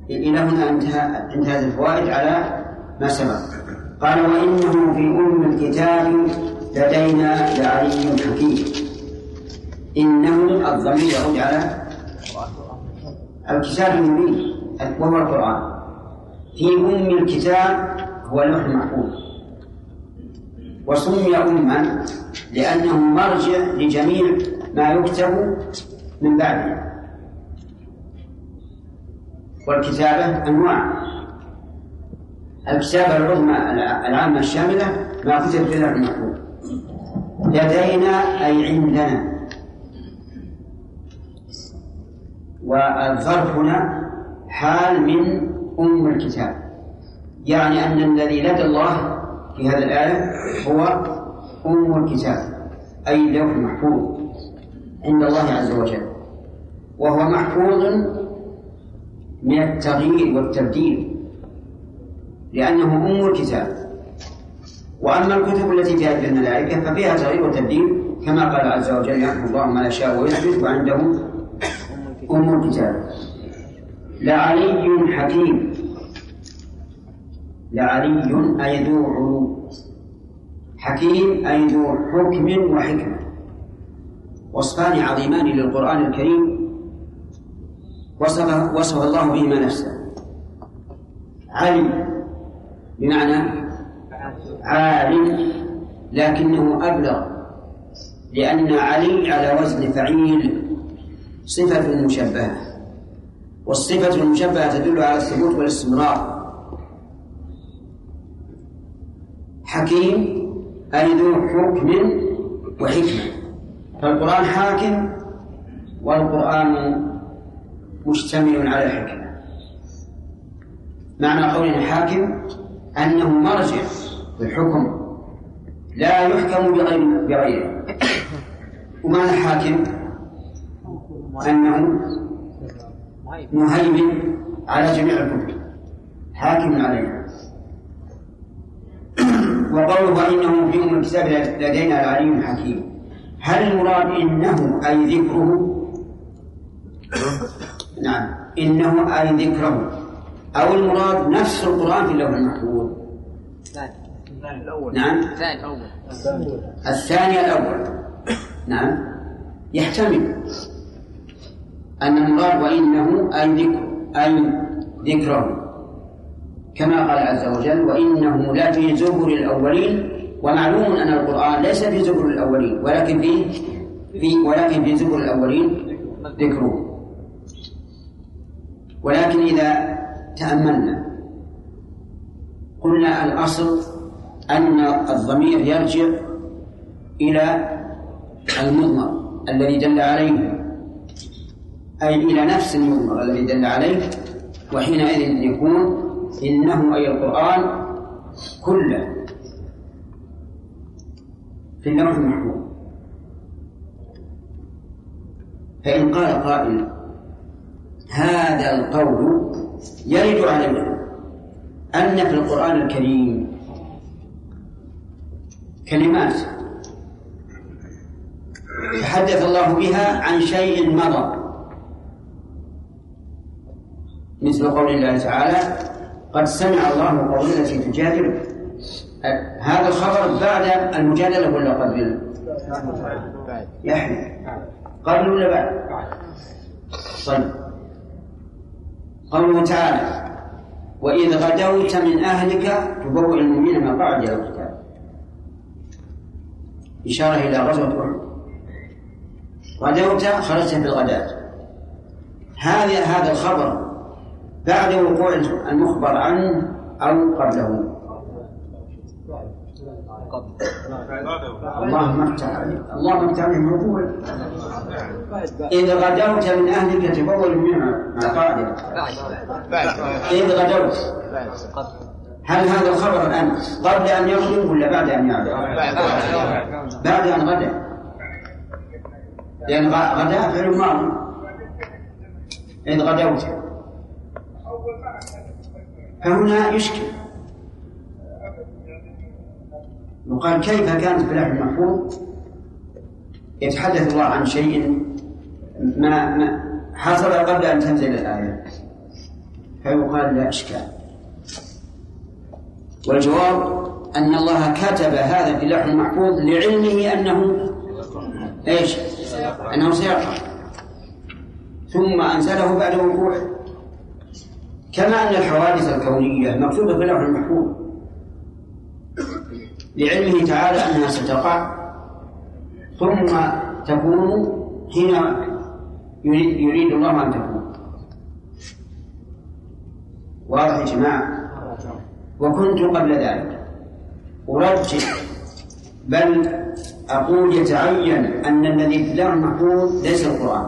إلى هنا انتهت الفوائد على ما سبق. قال وإنه في أم الكتاب لدينا لعلي حكيم. إنه الضمير يعود على الكتاب المبين وهو القرآن. في أم الكتاب هو اللوح المحفوظ، وسمي أما لأنه مرجع لجميع ما يكتب من بعده. والكتابة أنواع: الكتابة العظمى العامة الشاملة ما كتب في اللوح المحفوظ. لدينا أي عندنا، والظرف هنا حال من أم الكتاب، يعني أن الذي لدى الله في هذه الآية هو أم الكتاب، أي اللوح المحفوظ عند الله عز وجل، وهو محفوظ من التغيير والتبديل لأنه أم الكتاب. وأما الكتب التي فيها في الملائكة ففيها تغيير وتبديل كما قال عز وجل: يمحو الله ما يشاء ويثبت وعنده أم الكتاب. لعلي حكيم. لعلي أي ذو علو، حكيم أي ذو حكم وحكمة، وصفان عظيمان للقرآن الكريم وصف الله بهما نفسه. علي بمعنى عالم، لكنه أبلغ، لأن علي على وزن فعيل صفة مشبهة، والصفة المشبهة تدل على الثبوت والاستمرار. حكيم أي ذو حكم وحكمة، فالقرآن حاكم والقرآن مشتمل على الحكمة. معنى قولنا حاكم أنه مرجع بالحكم لا يحكم بغيره. ومعنى حاكم أنه مهيمن على جميع الكتب، حاكم عليها. وقوله إنه في أم الكتاب لدينا العليم الحكيم، هل المراد إنه أي ذكره؟ نعم، إنه أي ذكره، أو المراد نفس القرآن في اللوح المحفوظ؟ نعم، الثاني الأول. نعم، يحتمل أن المراد وإنه أي ذكره، كما قال عز وجل: وإنه لا في زبر الأولين. ومعلوم أن القرآن ليس في زبر الأولين، ولكن في زبر الأولين ذكره. ولكن إذا تأملنا قلنا الأصل أن الضمير يرجع إلى المضمر الذي دل عليه، أي إلى نفس المضمر الذي دل عليه، وحينئذ يكون إنه أي القرآن كله في اللوح المحفوظ. فإن قال قائل: هذا القول يرد علينا أن في القرآن الكريم كلمات تحدث الله بها عن شيء مضى، مثل قول الله تعالى: قد سمع الله قول التي تجادلك. هذا الخبر بعد المجادلة ولا قبل؟ يحمل قبل ولا بعد؟ طيب، قوله تعالى: وإذ غدوت من أهلك تبوئ المؤمنين مقاعد للقتال، إشارة إلى غزوة أحد. غدوت خرجت في الغداة. هذا الخبر بعد وقوع المخبر عنه أو قبله؟ اللهم افتح عليه موضوع. إذ غدوت من أهلك تبوئ المؤمنين مقاعد. إذ غدوت، هل هذا الخبر الآن قبل أن يغدو ولا بعد أن يغدو؟ بعد أن غدا، لأن غدا فعل ماضي. إذ غدوت، فهنا يشكل، وقال: كيف كانت في اللوح المحفوظ يتحدث الله عن شيء ما حصل قبل أن تنزل الآية؟ فيقال لا إشكال. والجواب أن الله كتب هذا في اللوح المحفوظ لعلمه أنه إيش؟ أنه سيقع، ثم أنزله بعد وقوعه، كما أن الحوادث الكونية مكتوبة في اللوح المحفوظ لعلمه تعالى أنها ستقع ثم تكون حين يريد الله أن تكون. واضح يا جماعة؟ وكنت قبل ذلك أرجح بل أقول يتعين أن الذي في اللوح المحفوظ ليس القرآن،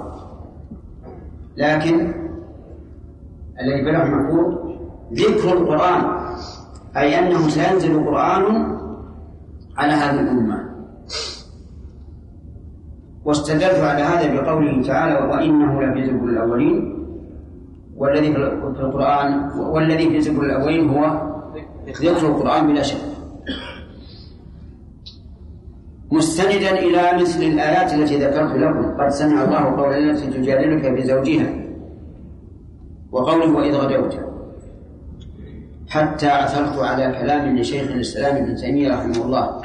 لكن الذي في اللوح المحفوظ ذكر القرآن، أي أنه سينزل قرآن على هذه الأمة. واستدلت على هذا بقوله تعالى وإنه لفي زبر الأولين، والذي في القرآن والذي في زبر الأولين هو ذكر القرآن بلا شك، مستندا إلى مثل الآيات التي ذكرت لكم: قد سمع الله قول التي تجادلك في زوجها، وقوله وإذ غدوت، حتى عثرت على كلام لشيخ الإسلام ابن تيمية رحمه الله،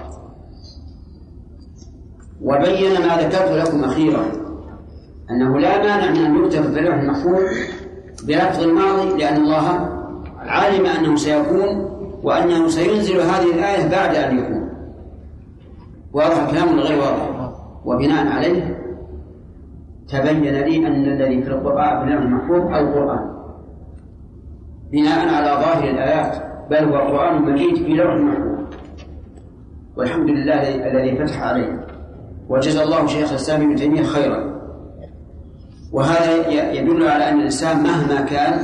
وبين ما ذكرت لكم أخيرا أنه لا مانع من أن يكتب في اللوح المحفوظ بلفظ الماضي، لأن الله علم أنه سيكون وأنه سينزل هذه الآية بعد أن يكون. واضح كلام غير واضح؟ وبناء عليه تبين لي أن الذي في القرآن في اللوح المحفوظ القرآن بناء على ظاهر الآيات، بل هو قرآن مجيد في لوح المحفوظ، والحمد لله الذي فتح عليه، وجزى الله شيخ الإسلام ابن تيمية خيرا. وهذا يدل على أن الإنسان مهما كان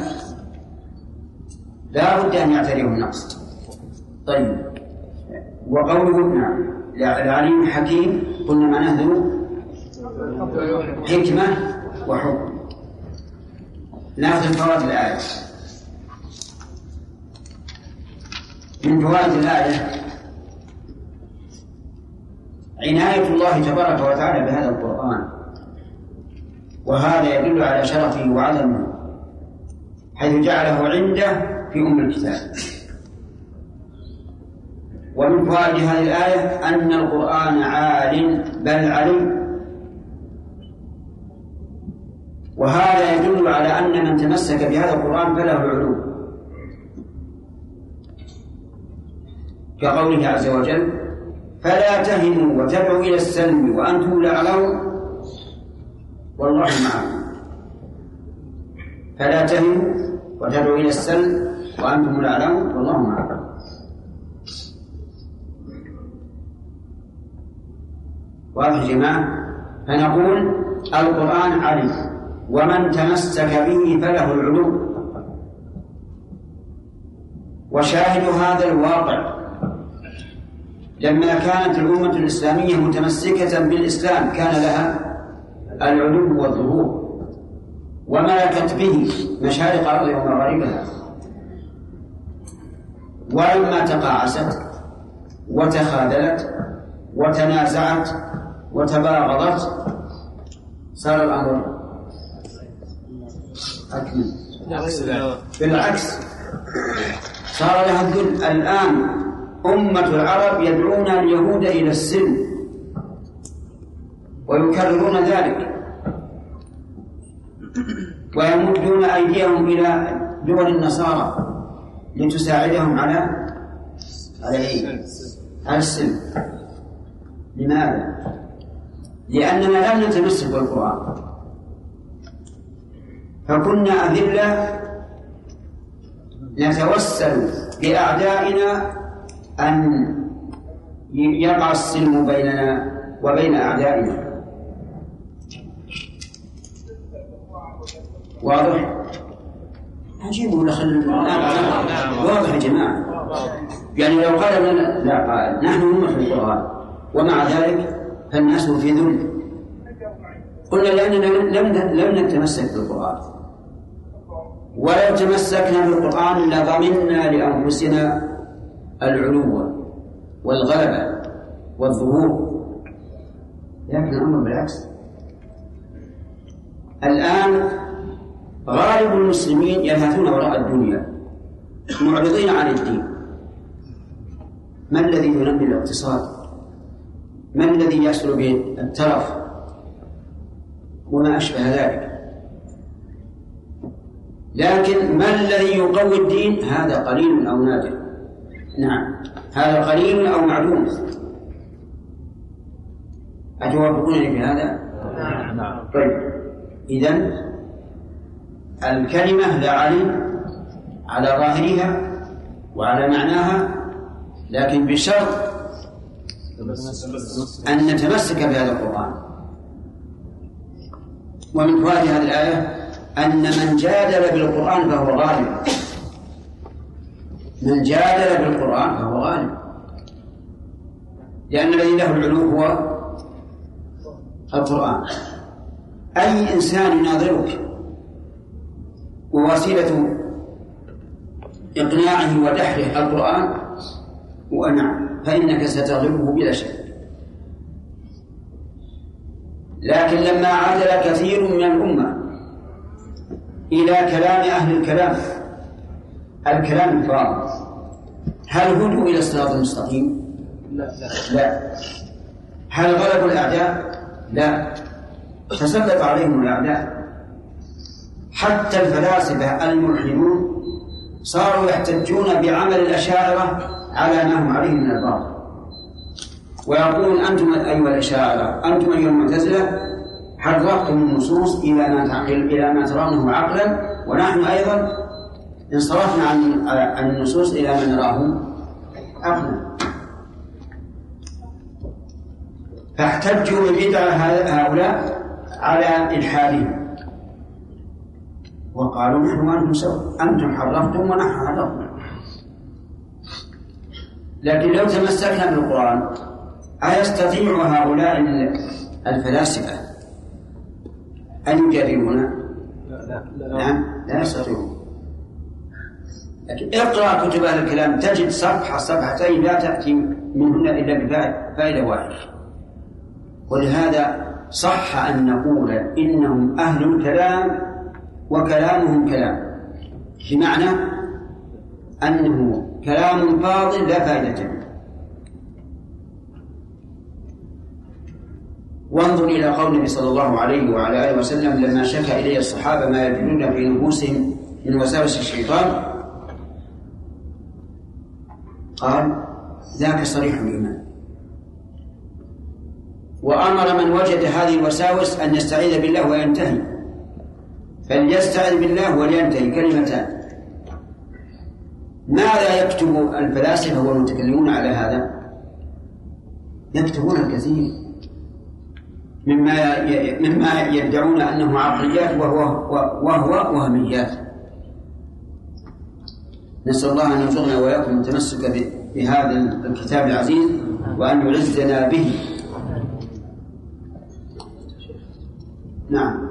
لا بد أن يعتريه النقص. طيب، وقوله نعم العليم الحكيم قلنا معناه ذو حكمة وحكم. نأخذ فوائد الآية. من فوائد الآية عناية الله تبارك وتعالى بهذا القرآن، وهذا يدل على شرفه وعظمه حيث جعله عنده في أم الكتاب. ومن فوائد هذه الآية أن القرآن عال بل علي، وهذا يدل على أن من تمسك بهذا القرآن فله العلو، كقوله عز وجل فلا تهنوا وتدعوا إلى السلم وأنتم الأعلون والله معكم. فلا تهنوا وتدعوا إلى السلم وأنتم الأعلون والله معكم. واضح يا جماعة؟ فنقول القرآن علي، ومن تمسك به فله العلو. وشاهد هذا الواقع لما كانت الأمة الإسلامية متمسكة بالإسلام كان لها العلو والظهور، وملكت به مشارق الأرض ومغاربها. ولما تقاعست وتخاذلت وتنازعت وتباغضت صار الأمر أكمل. بالعكس صار لها الذل. الآن أمة العرب يدعون اليهود إلى السلم ويكررون ذلك، ويمدون أيديهم إلى دول النصارى لتساعدهم على السلم. لماذا؟ لأننا لم نتمسك بالقرآن، فكنا أذلة نتوسل بأعدائنا أن يقع السلم بيننا وبين أعدائنا. واضح؟ عجيب ولا واضح يا جماعة؟ يعني لو قال لنا لا قال نحن نؤمن بالقرآن ومع ذلك فالناس في ذل، قلنا لأننا لم نتمسك بالقرآن، ولو تمسكنا بالقرآن لضمننا لأنفسنا العلو والغلبة والظهور. لكن الأمر بالعكس. الآن غالب المسلمين يلهثون وراء الدنيا معرضين عن الدين. ما الذي ينمي الاقتصاد؟ ما الذي يحصل به الترف وما أشبه ذلك؟ لكن ما الذي يقوي الدين؟ هذا قليل أو نادر. نعم، هذا قليل أو معدوم. أتوافقونني في هذا؟ نعم. طيب، إذن الكلمة لا على ظاهرها وعلى معناها، لكن بشرط أن نتمسك بهذا القرآن. ومن فوائد هذه الآية أن من جادل بالقرآن فهو غالب. من جادل بالقرآن فهو غالب، لأن الذي له العلو هو القرآن. أي إنسان يناظرك ووسيلة إقناعه ودحره القرآن ونعم فإنك ستغلبه بلا شك. لكن لما عادل كثير من الأمة إلى كلام أهل الكلام الفاضل، هل هدوا إلى الصراط المستقيم؟ لا. هل غلبوا الأعداء؟ لا. تسلط عليهم الأعداء. حتى الفلاسفة الملحدون صاروا يحتجون بعمل الأشاعرة على ما هم عليه من الباطل، ويقولون أنتم أيها الأشاعرة، أنتم أيها المعتزلة، حرفتم النصوص إلى ما ترونه عقلا، ونحن أيضا انصرفنا عن النصوص إلى ما نراه عقلا. فاحتجوا ببدع هؤلاء على إلحادهم، وقالوا نحن وأنتم سوا، أنتم حرفتم ونحن حرفنا. لكن لو تمسكنا بالقرآن أيستطيع هؤلاء الفلاسفة أن يجربونا؟ نعم، لا يستطيعون. لكن اقرأ كتب أهل الكلام تجد صفحتين لا تأتي منهن إلا بفائدة واحدة. ولهذا صح أن نقول إنهم أهل الكلام وكلامهم كلام، بمعنى أنه كلام فاضل لا فائدة منه. وانظر إلى قول النبي صلى الله عليه وعلى آله وسلم لما شكى إليه الصحابة ما يجدون في نفوسهم من وساوس الشيطان، قال ذاك صريح الإيمان. وأمر من وجد هذه الوساوس أن يستعيذ بالله وينتهي، فليستعذ بالله ولينتهي، كلمتان. ماذا يكتب الفلاسفة والمتكلمون على هذا؟ يكتبون الكثير مما يدعون أنه عقليات وهو وهميات. نسأل الله أن يرزقنا وإياكم التمسك بهذا الكتاب العزيز وأن يعزنا به. نعم،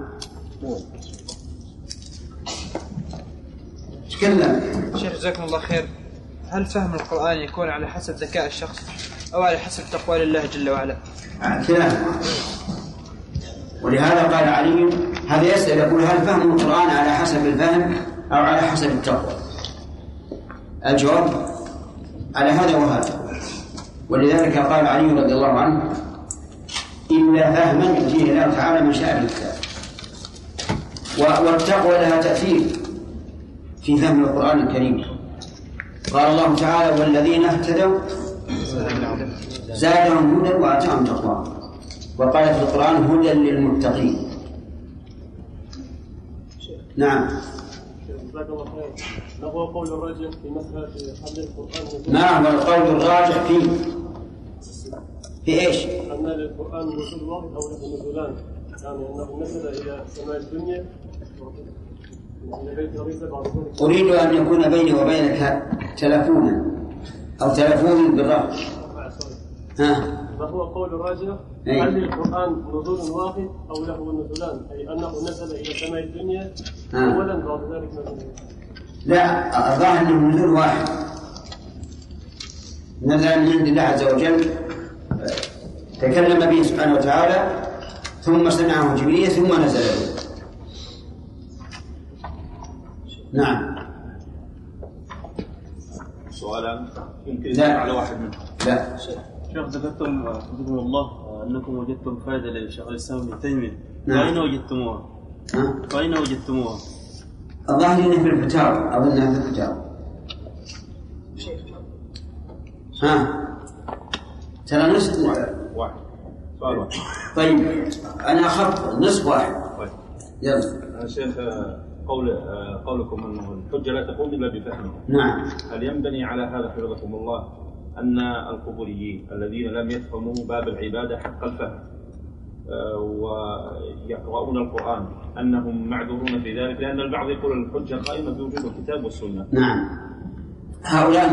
تكلم شيخ جزاكم الله خير. هل فهم القرآن يكون على حسب ذكاء الشخص أو على حسب تقوى لله جل وعلا؟ كلام. ولهذا قال علي هذا يسأل يقول هل فهم القرآن على حسب الفهم أو على حسب التقوى؟ الجواب على هذا وهذا. ولذلك قال علي رضي الله عنه إلا فهما يؤتيه الله تعالى من شاء بالكتاب. والتقوى لها تأثير في فهم القرآن الكريم. قال الله تعالى والذين اهتدوا زادهم هدى وآتاهم تقوى. وقال في القرآن هدى للمتقين. نعم. ما هو قول الراجح في مسألة حمل القرآن؟ ما هو القول الراجح في إيش؟ أن للقرآن نزول واحد أو له نزولان، يعني أنه نزل إلى سماء الدنيا أريد أن يكون بيني وبينك تلفونا أو تلفون بالرغم. ما هو قول الراجح؟ هل للقرآن نزول واحد أو له نزولان، أي أنه نزل إلى سماء الدنيا أولا بعد ذلك نزل؟ لا، الظاهر أنه نزول واحد نزل من عند الله عز وجل، تكلم به سبحانه وتعالى ثم سمعه جبريل ثم نزل له. نعم. سؤالا يمكن على واحد منهم. لا. شيخ ذكرتم حفظكم الله أنكم وجدتم فائدة لشيخ الإسلام ابن تيمية. نعم. فأين وجدتموها؟ فأين وجدتموها؟ الظاهر إنه في الفتاوى، أظنها في الفتاوى. ترى نصف واحد. سؤال واحد. طيب أنا أخذت نصف واحد. طيب. يلا. شيخ قولكم أنه الحجة لا تقوم إلا بفهمها. نعم. هل ينبني على هذا حفظكم الله أن القبوريين الذين لم يفهموا باب العبادة حق الفهم ويقرؤون القرآن أنهم معذورون في ذلك، لأن البعض يقول الحجة قائمة بوجود الكتاب والسنة؟ نعم. هؤلاء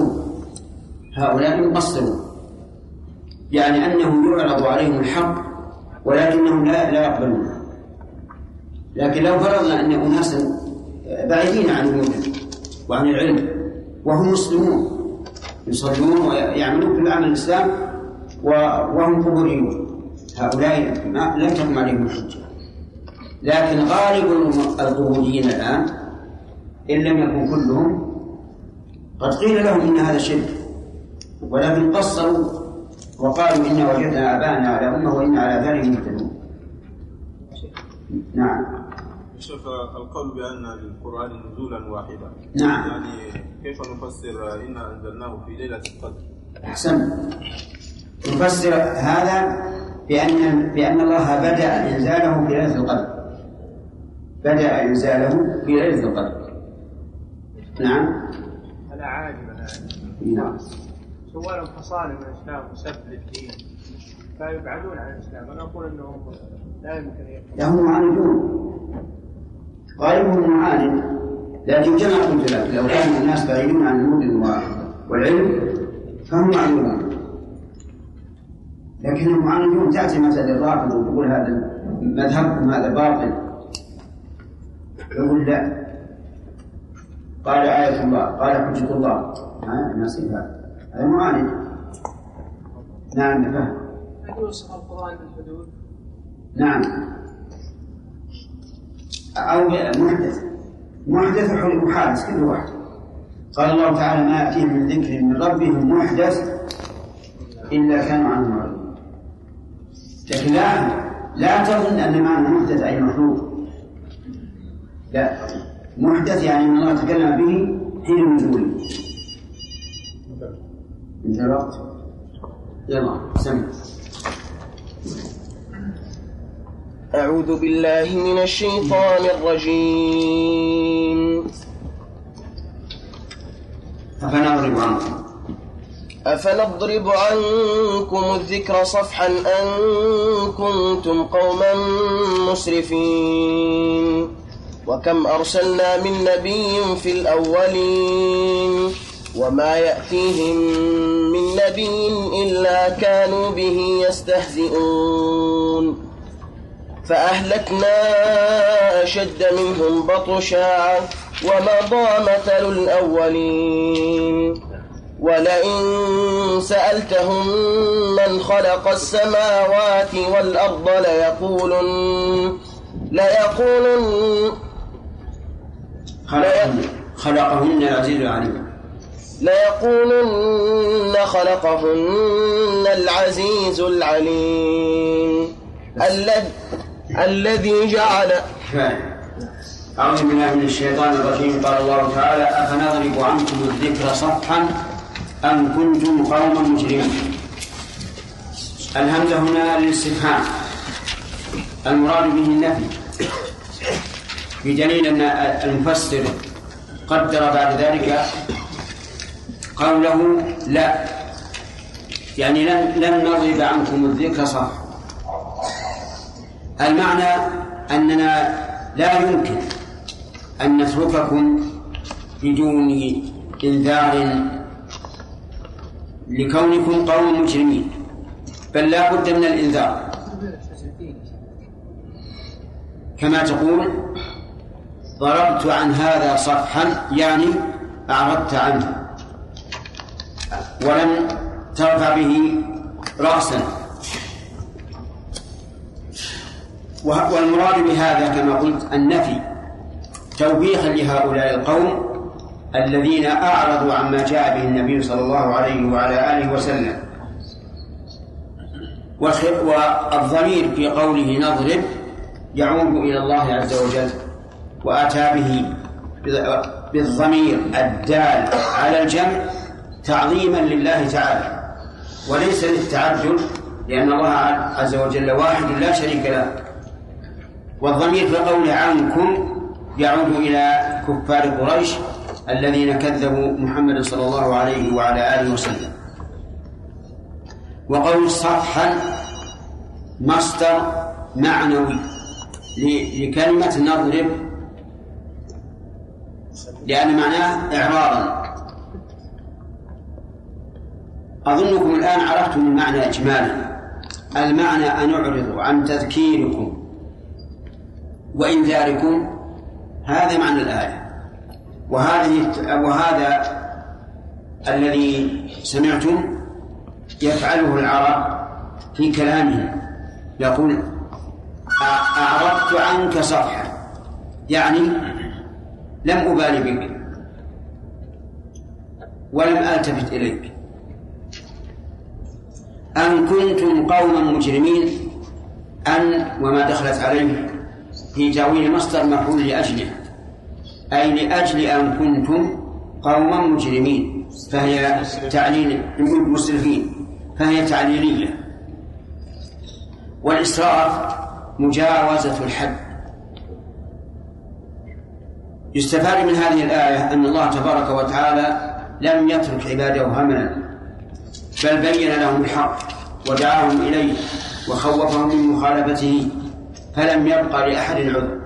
مقصرون، يعني أنهم يعرض عليهم الحق ولكنهم لا يقبلونه. لكن لو فرضنا أن أناسا بعيدين عن الوجود وعن العلم وهم مسلمون يصلون ويعملون في العمل الإسلام وهم قبوريون، هؤلاء لا تقوم عليهم الحجة. لكن غالب القبوريين الآن إن لم يكن كلهم قد قيل لهم إن هذا شرك، ولكن قصروا وقالوا إن وجدنا آباءنا على أمة وإن على ذلك مهتدون. نعم. شوف القول بأن القرآن نزولا واحدا. نعم. يعني كيف نفسر إنا أنزلناه في ليلة القدر؟ أحسن. نفسر هذا بأن الله بدأ إنزاله في ليلة القدر. بدأ إنزاله في ليلة القدر. نعم. هذا عادي. نعم. سواء فصائل من الإسلام وسب للدين فيبعدون عن الإسلام. أنا أقول أنهم لا يمكن هم معاندون، غالبهم معاند، لكن كما قلت لك لو كان الناس بعيدون عن المدن والعلم فهم معاندون، لكنهم معاندون. تأتي مثلا الرافض وتقول هذا مذهبكم هذا باطل، يقول لا، قال آية الله، قال حجة الله، نصيبها هذا معاند. نعم نفهم. هل يوصف القرآن بالحدود؟ نعم. أو محدث وحادث كل واحد. قال الله تعالى ما يأتيهم من ذكر من ربهم محدث إلا كانوا عنه معرضين. لكن لا تظن أن معنى محدث أي مخلوق، لا، محدث يعني أن الله تكلم به حين نزوله. انت الوقت يلا سمع. أعوذ بالله من الشيطان الرجيم. أفنضرب عنكم الذكر صفحا أن كنتم قوما مسرفين وكم أرسلنا من نبي في الأولين وما يأتيهم من نبي إلا كانوا به يستهزئون فأهلكنا أشد منهم بطشا ومضى مثل الأولين ولئن سألتهم من خلق السماوات والأرض خلقهن العزيز العليم ليقولن خلقهن العزيز العليم الذي جعل. أعوذ بالله من الشيطان الرجيم. قال الله تعالى أفنضرب عنكم الذكر صفحا أم كنتم قوما مجرمين. الهمزة هنا للاستفهام، المراد به النفي، بدليل أن المفسر قدر بعد ذلك قوله لا، يعني لن نضرب عنكم الذكر صفحا. المعنى أننا لا يمكن أن نترككم بدون إنذار لكونكم قوم مجرمين، بل لا بد من الإنذار، كما تقول ضربت عن هذا صفحا، يعني أعرضت عنه ولم ترفع به رأسا. والمراد بهذا كما قلت النفي، توبيخا لهؤلاء القوم الذين أعرضوا عما جاء به النبي صلى الله عليه وعلى آله وسلم. والضمير في قوله نضرب يعود إلى الله عز وجل، وأتى به بالضمير الدال على الجمع تعظيما لله تعالى وليس للتعدد، لأن الله عز وجل واحد لا شريك له. والضمير في قول عنكم يعود إلى كفار قريش الذين كذبوا محمد صلى الله عليه وعلى آله وسلم. وقول صفحا مصدر معنوي لكلمة نضرب، لأن معناه إعراضا. أظنكم الآن عرفتم المعنى إجمالا. المعنى أن نعرض عن تذكيركم وإنذاركم، هذا معنى الآية. وهذا الذي سمعتم يفعله العرب في كلامهم، يقول أعرضت عنك صفحا، يعني لم أبالي بك ولم ألتفت إليك. أن كنتم قوما مجرمين، أن وما دخلت عليه في تأويل مصدر مفعول لأجله، أي لأجل أن كنتم قوما مجرمين، فهي تعليل مسرفين، فهي تعليلية. والإسراف مجاوزة الحد. يستفاد من هذه الآية أن الله تبارك وتعالى لم يترك عباده هملا، بل بين لهم الحق ودعاهم إليه وخوفهم من مخالفته، فلم يبق لأحد عذر.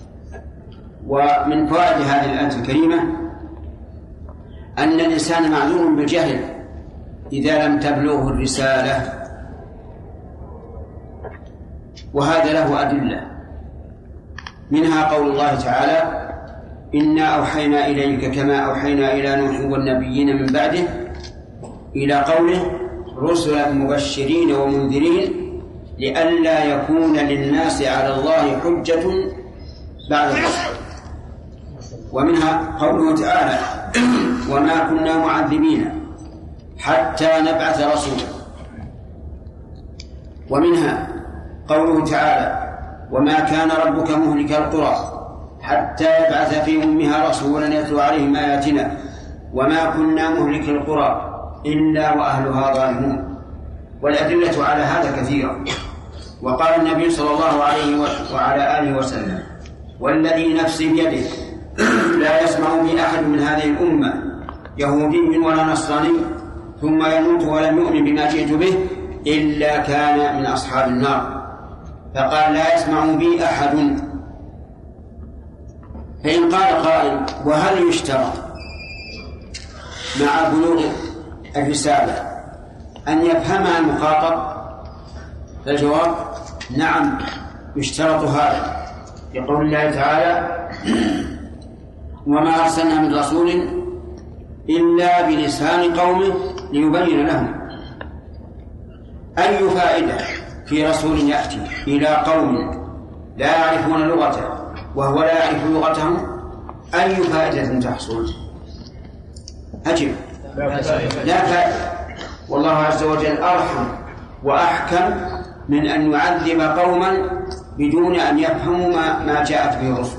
ومن فوائد هذه الآية الكريمة أن الإنسان معذور بالجهل إذا لم تبلغه الرسالة، وهذا له أدلة، منها قول الله تعالى إنا أوحينا إليك كما أوحينا إلى نوح والنبيين من بعده، إلى قوله رسلا مبشرين ومنذرين لئلا يكون للناس على الله حجة بعد الرسل. ومنها قوله تعالى وما كنا معذبين حتى نبعث رسولا. ومنها قوله تعالى وما كان ربك مهلك القرى حتى يبعث في أمها رسولا يتلو عليهم آياتنا وما كنا مهلك القرى إلا وأهلها ظالمون. والأدلة على هذا كثيرة. وقال النبي صلى الله عليه وعلى آله وسلم والذي نفسي بيده لا يسمع بي أحد من هذه الأمة يهودي ولا نصراني ثم يموت ولم يؤمن بما جئت به إلا كان من أصحاب النار. فقال لا يسمع بي أحد. فإن قال قائل وهل يشترط مع بلوغ الرسالة أن يفهمها المخاطب؟ فالجواب نعم يشترط هذا، يقول الله تعالى وما أرسلنا من رسول إلا بلسان قومه ليبين لهم. أي فائدة في رسول يأتي إلى قوم لا يعرفون لغته وهو لا يعرف لغتهم؟ أي فائدة تحصل؟ أجب لا فائدة. والله عز وجل أرحم وأحكم من أن يعذب قوما بدون أن يفهموا ما جاءت به الرسل.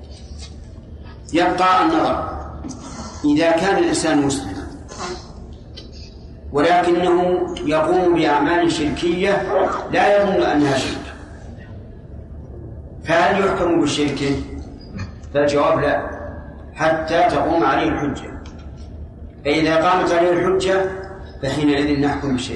يبقى النظر إذا كان الإنسان مسلما ولكنه يقوم بأعمال شركية لا يظن أنها شرك، فهل يحكم بالشرك؟ فالجواب لا حتى تقوم عليه الحجة. فإذا قامت عليه الحجة فحينئذ نحكم بالشرك.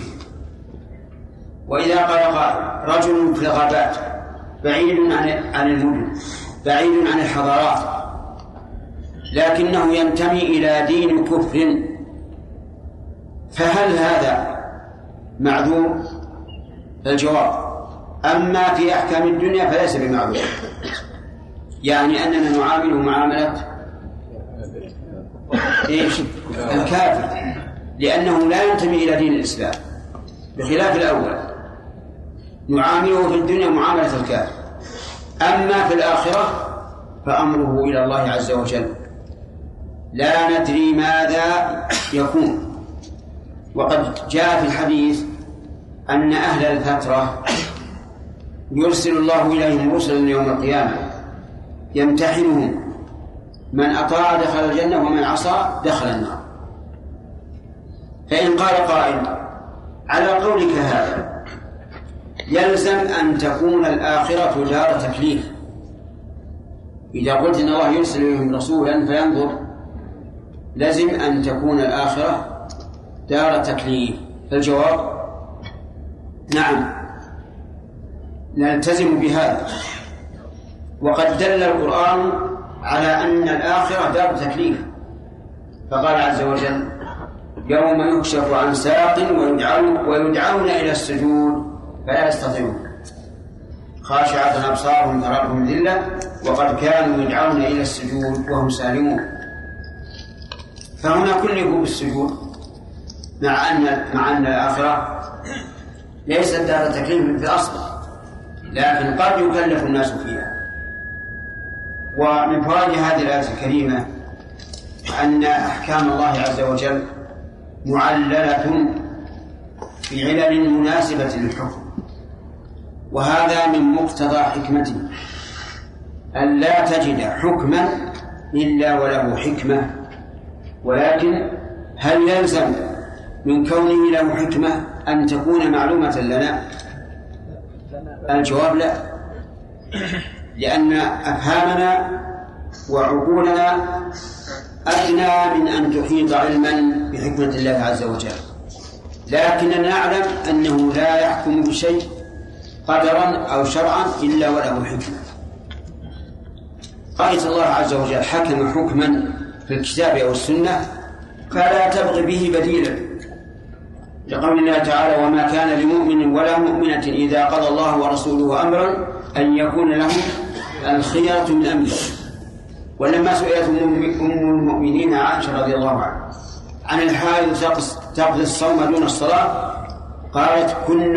وإذا قال قائل رجل في الغابات بعيد عن المدن بعيد عن الحضارات لكنه ينتمي إلى دين كفر، فهل هذا معذور؟ الجواب أما في أحكام الدنيا فليس بمعذور، يعني أننا نعامله معاملة الكافر لأنه لا ينتمي إلى دين الإسلام، بخلاف الأول نعامله في الدنيا معاملة الكافر. أما في الآخرة فأمره إلى الله عز وجل، لا ندري ماذا يكون. وقد جاء في الحديث أن أهل الفترة يرسل الله إليهم رسلا يوم القيامة يمتحنهم، من أطاع دخل الجنة ومن عصى دخل النار. فإن قال قائل على قولك هذا يلزم أن تكون الآخرة دار تكليف، إذا قلت إن الله يرسل إليهم رسولا فينظر، لازم أن تكون الآخرة دار تكليف. فالجواب نعم، نلتزم بهذا. وقد دل القرآن على أن الآخرة دار تكليف، فقال عز وجل يوم يكشف عن ساق ويدعون إلى السجود فلا يستطيعون خاشعة أبصارهم تراهم ذلة وقد كانوا يدعون إلى السجود وهم سالمون. فهنا كلفوا بالسجود مع أن الآخرة ليست دار تكليف في الأصل، لكن قد يكلف الناس فيها. ومن فوائد هذه الآية الكريمة أن أحكام الله عز وجل معللة بعلل مناسبة للحكم، وهذا من مقتضى حكمته أن لا تجد حكما إلا وله حكمة. ولكن هل يلزم من كونه له حكمة أن تكون معلومة لنا؟ الجواب لا، لأن أفهامنا وعقولنا أدنى من أن تحيط علما بحكمة الله عز وجل، لكننا نعلم أنه لا يحكم بشيء قدرا أو شرعا إلا وله حكمة. رأيت الله عز وجل حكم حكما في الكتاب أو السنة فلا تبغي به بديلا، لقول الله تعالى وما كان لمؤمن ولا مؤمنة إذا قضى الله ورسوله أمرا أن يكون لهم الخيرة من أمره. ولما سئلت أم المؤمنين عائشة رضي الله عنها عن الحائض تقضي الصوم دون الصلاة قالت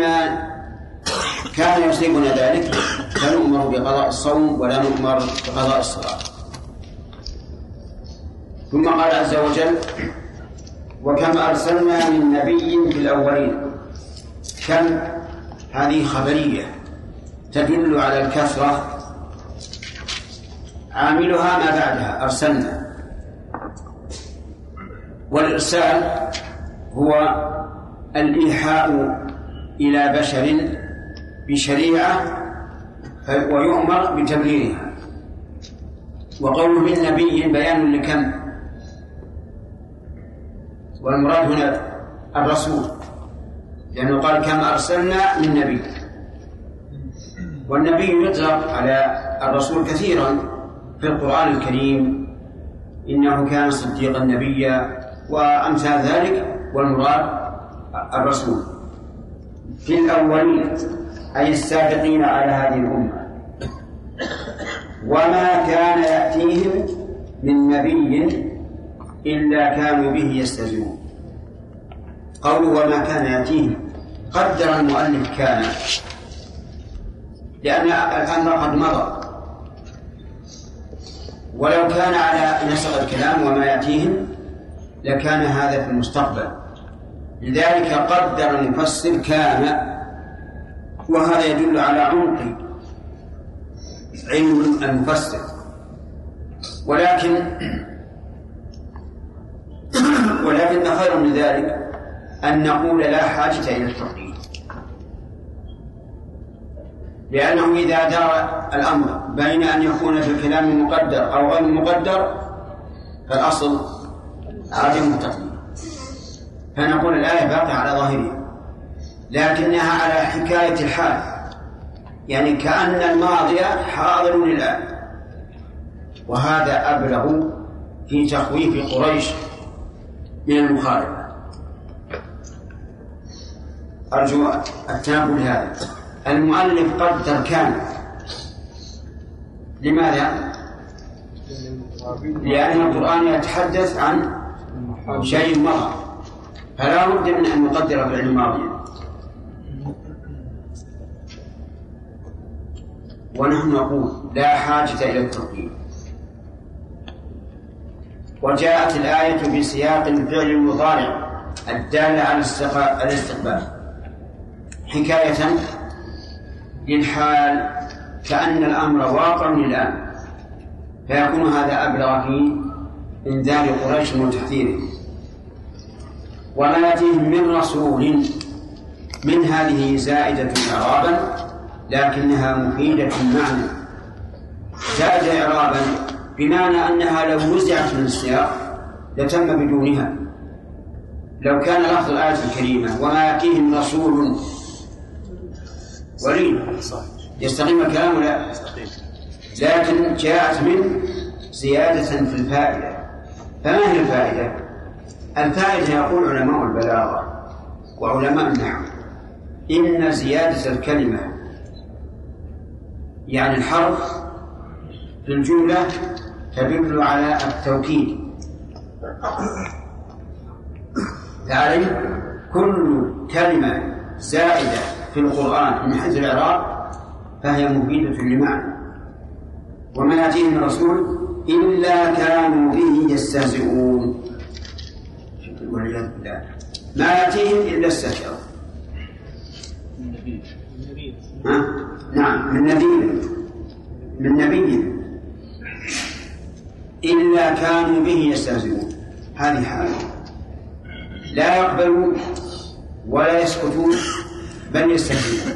كان يصيبنا ذلك فنؤمر بقضاء الصوم ولا نؤمر بقضاء الصلاة. ثم قال عز وجل وكم أرسلنا من نبي في الأولين. كم هذه خبرية تدل على الكثرة، عاملها ما بعدها أرسلنا. والإرسال هو الإيحاء إلى بشر بشريعة ويؤمر بتبليغها. وقوله من نبي بيان لكم، والمراد هنا الرسول، لأنه قال كم أرسلنا من نبي. والنبي يطلق على الرسول كثيرا في القرآن الكريم، إنه كان صديقا نبيا وأمثال ذلك، والمراد الرسول. في الأولين أي السابقين على هذه الأمة. وما كان يأتيهم من نبي إلا كانوا به يستهزئون. قولوا وما كان يأتيهم قدر المؤلف كان، لأن الأمر قد مضى، ولو كان على نسق الكلام وما يأتيهم لكان هذا في المستقبل. لذلك قدر المفسر كان، وهذا يدل على عمق علم المفسر. ولكن خير من ذلك أن نقول لا حاجة إلى التقدير، لأنه إذا دار الأمر بين أن يكون في الكلام مقدر أو غير مقدر فالأصل عدم التقدير، فنقول الآية باقية على ظاهرها لكنها على حكاية الحال، يعني كأن الماضي حاضر للآن. وهذا أبلغ في تخويف قريش من المخالفة. أرجو التنبه لهذا. المؤلف قدر كان، لماذا؟ لأن القرآن يتحدث عن شيء مضى، فلا بد من أن نقدر فعل الماضي. ونحن نقول لا حاجة إلى التقدير، وجاءت الآية بسياق الفعل المضارع الدال على الاستقبال حكاية للحال كأن الأمر واقع الآن، فيكون هذا أبلغ في إنذار قريش وتحذيره. وما يأتيهم من رسول من هذه زائدة إعرابا لكنها مفيدة معنى. زائدة إعرابا بمعنى أنها لو وزعت من السياق لتم بدونها. لو كان لفظ الآية الكريمة وما يأتيهم رسول وليد يستقيم الكلام لا، لكن جاءت من زيادة في الفائدة. فما هي الفائدة؟ الفائدة يقول علماء البلاغة وعلماء النحو إن زيادة الكلمة يعني الحرف في الجملة تدل على التوكيد. فعليه كل كلمة زائدة في القرآن من حيث الإعراب فهي مفيدة لمعنى. وما يأتيهم من رسول إلا كانوا به يستهزئون. والعياذ بالله ما يأتيهم إلا استهزئوا. نعم من نبي إلا كانوا به يستهزئون. هذه حالة لا يقبلون ولا يسكتون بل يستهزئون.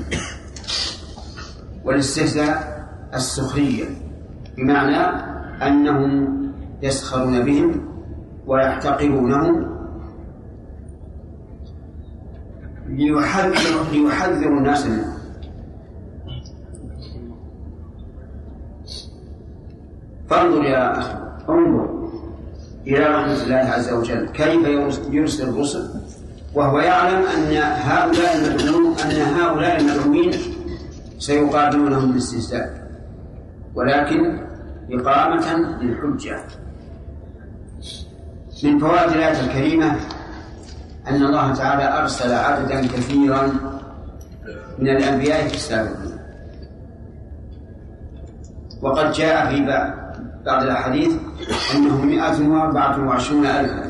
والاستهزاء السخرية بمعنى أنهم يسخرون بهم ويحتقرونهم ليحذروا الناس منه. فانظر يا أخي، انظر إلى رحمة الله عز وجل كيف يرسل الرسل وهو يعلم أن هؤلاء المدعوين سيقابلونهم بالاستهزاء، ولكن إقامة للحجة. من فوائد الآية الكريمة أن الله تعالى أرسل عددا كثيرا من الأنبياء في السابقين، وقد جاء في بعض الأحاديث أنهم 124,000.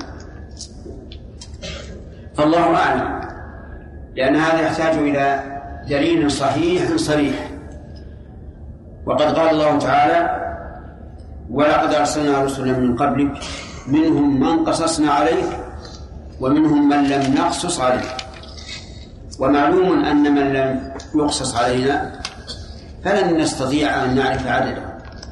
فالله أعلم، لأن هذا يحتاج إلى دليل صحيح صريح. وقد قال الله تعالى ولقد أرسلنا رسلا من قبلك منهم من قصصنا عليك ومنهم من لم نقصص عليك. ومعلوم أن من لم يقصص علينا فلن نستطيع أن نعرف عدده.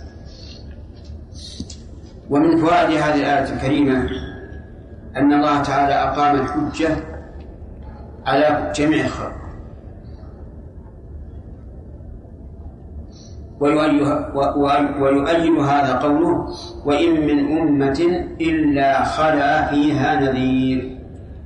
ومن فوائد هذه الآية الكريمة أن الله تعالى أقام الحجة على جميع الخلق، ويؤيد هذا قوله وإن من أمة إلا خلا فيها نذير.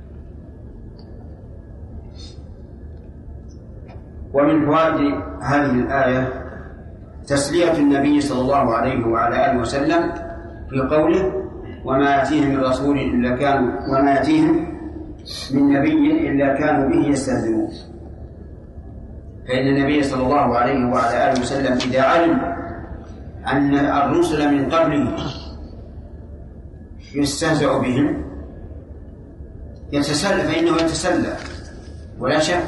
ومن فوائد هذه الآية تسلية النبي صلى الله عليه وعلى آله وسلم في قوله وما يأتيهم من رسول إلا كانوا وما يأتيهم من نبي إلا كانوا به يستهزئون. فإن النبي صلى الله عليه وعلى آله وسلم إذا علم أن الرسل من قبله يستهزأ بهم فإنه يتسلى ولا شك.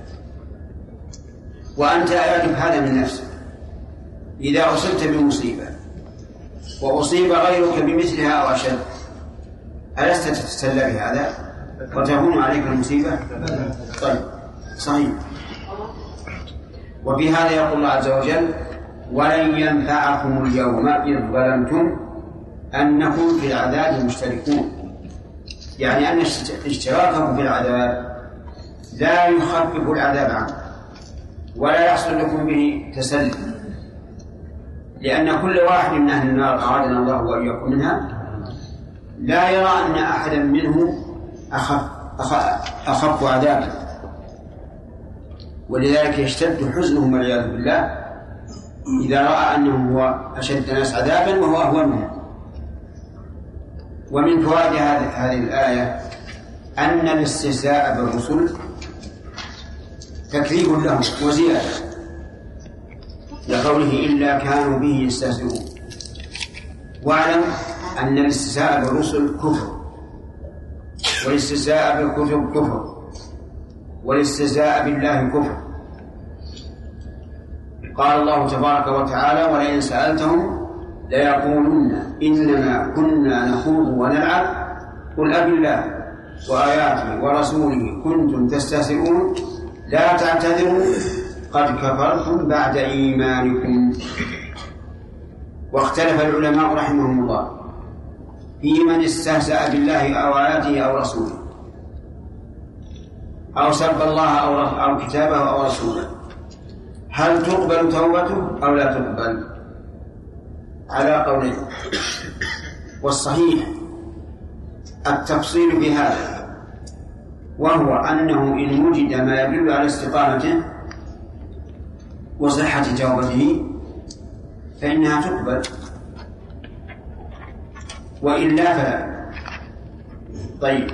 وأنت أعرف هذا من نفسك، إذا أصبت بمصيبة وأصيب غيرك بمثلها أو أشد ألست تتسلى بهذا وتهون عليك المصيبة؟ طيب صحيح. وفي هذا يقول الله عز وجل ولن ينفعكم اليوم إذ ظلمتم أنكم في العذاب مشتركون، يعني أن اشتراككم في العذاب لا يخفف العذاب عنه ولا يحصل لكم به تسلي، لأن كل واحد من أهل النار أعاذنا الله وإياكم منها لا يرى أن أحدا منه أخف عذابا، ولذلك يشتد حزنهم والعياذ بالله إذا رأى أنه هو أشد الناس عذابا وهو أهونهم. ومن فوائد هذه الآية أن الاستهزاء بالرسل تكذيب لهم وزيادة، لقوله إلا كانوا به يستهزئون. واعلم أن الاستهزاء بالرسل كفر، والاستهزاء بالكتب كفر، والاستهزاء بالله كفر. قال الله تبارك وتعالى: ولئن سألتهم ليقولن إنما كنا نخوض ونلعب قل أبالله وآياته ورسوله كنتم تستهزئون لا تعتذروا قد كفرتم بعد إيمانكم. واختلف العلماء رحمهم الله في من استهزأ بالله أو آياته أو رسوله، أو سب الله أو كتابه أو رسوله، هل تقبل توبته أو لا تقبل؟ على قولين، والصحيح التفصيل في هذا، وهو أنه إن وجد ما يدل على استقامته وصحة توبته فإنها تقبل، وإلا فلا. طيب،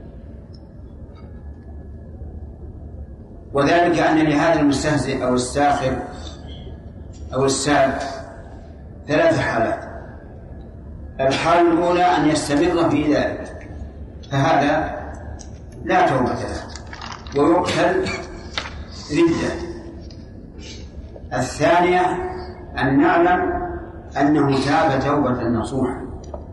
وذلك أن لهذا المستهزئ أو الساخر أو الساب 3 حالات. الحالة الأولى أن يستمر في ذلك، فهذا لا توبة له ويقتل ردة. الثانية أن نعلم أنه تاب توبة نصوحا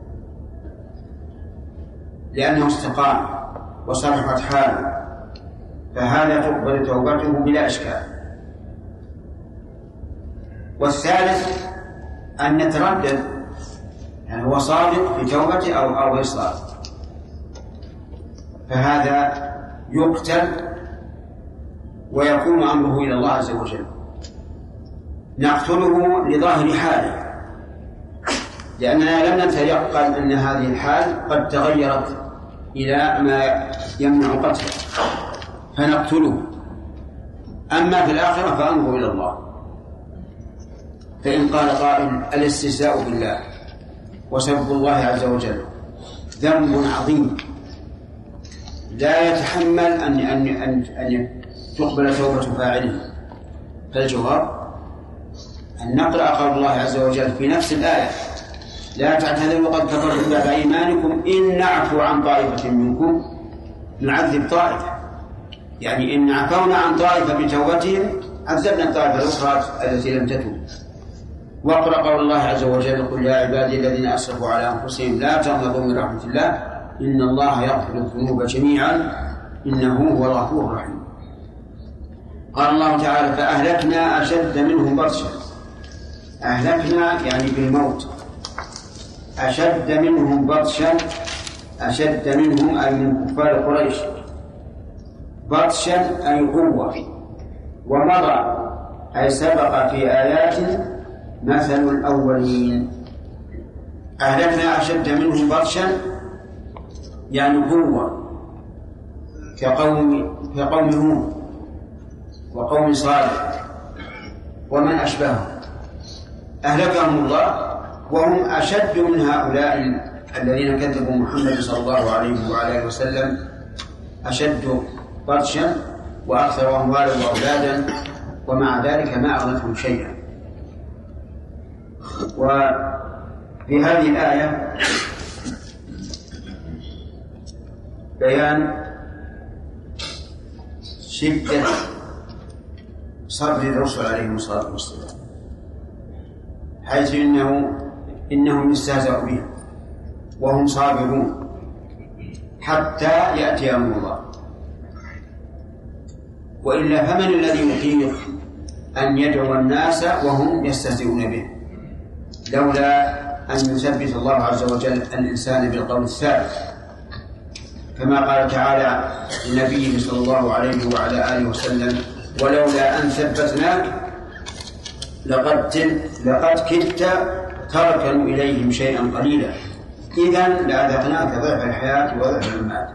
لأنه استقام وصلحت حاله، فهذا تقبل توبته بلا إشكال. والثالث أن نتردد يعني هو صادق في توبته أو غير صادق، فهذا يقتل ويكون أمره إلى الله عز وجل. نقتله لظاهر حاله لأننا لم نتيقن أن هذه الحال قد تغيرت إلى ما يمنع قتله، فنقتله. أما في الآخرة فأمره إلى الله. فإن قال قائل: الاستهزاء بالله وسب الله عز وجل ذنب عظيم لا يتحمل أن تقبل توبة فاعله، فالجواب أن نقرأ قول الله عز وجل في نفس الآية: لا تعتذروا قد كفرتم بعد إيمانكم إن نعفو عن طائفة منكم نعذب طائفة، يعني إن عفونا عن طائفة بتوبتهم عذبنا الطائفة الأخرى التي لم تتوب. واقرأ قول الله عز وجل: قل يا عبادي الذين أسرفوا على أنفسهم لا تقنطوا من رحمة الله إن الله يغفر الذنوب جميعا إنه هو الغفور الرحيم. قال الله تعالى: فأهلكنا أشد منهم بطشا. أهلكنا يعني بالموت، أشد منهم بطشا، أشد منهم أي من كفار قريش، بطشا أي قوة، ومضى أي سبق في آيات مثل الأولين. أهلكنا أشد منهم بطشا يعني قوة، كقوم هود وقوم صالح ومن أشبههم، أهلكهم الله وهم أشد من هؤلاء الذين كذبوا محمد صلى الله عليه وعلى آله وسلم، أشد بطشا وأكثر أموالا وأولادا، ومع ذلك ما أغنتهم شيئا. وفي هذه الآية بيان شدة صبر الرسل عليهم الصلاة والسلام، حيث إنهم يستهزئوا بهم وهم صابرون حتى يأتي أمر الله. وإلا فمن الذي يطيق أن يدعو الناس وهم يستهزئون به؟ لولا أن يثبت الله عز وجل الإنسان بالقول الثابت، كما قال تعالى لنبيه صلى الله عليه وعلى آله وسلم: ولولا أن ثبتناك لقد كدت تركن إليهم شيئا قليلا إذن لأذقناك ضعف الحياة وضعف الممات.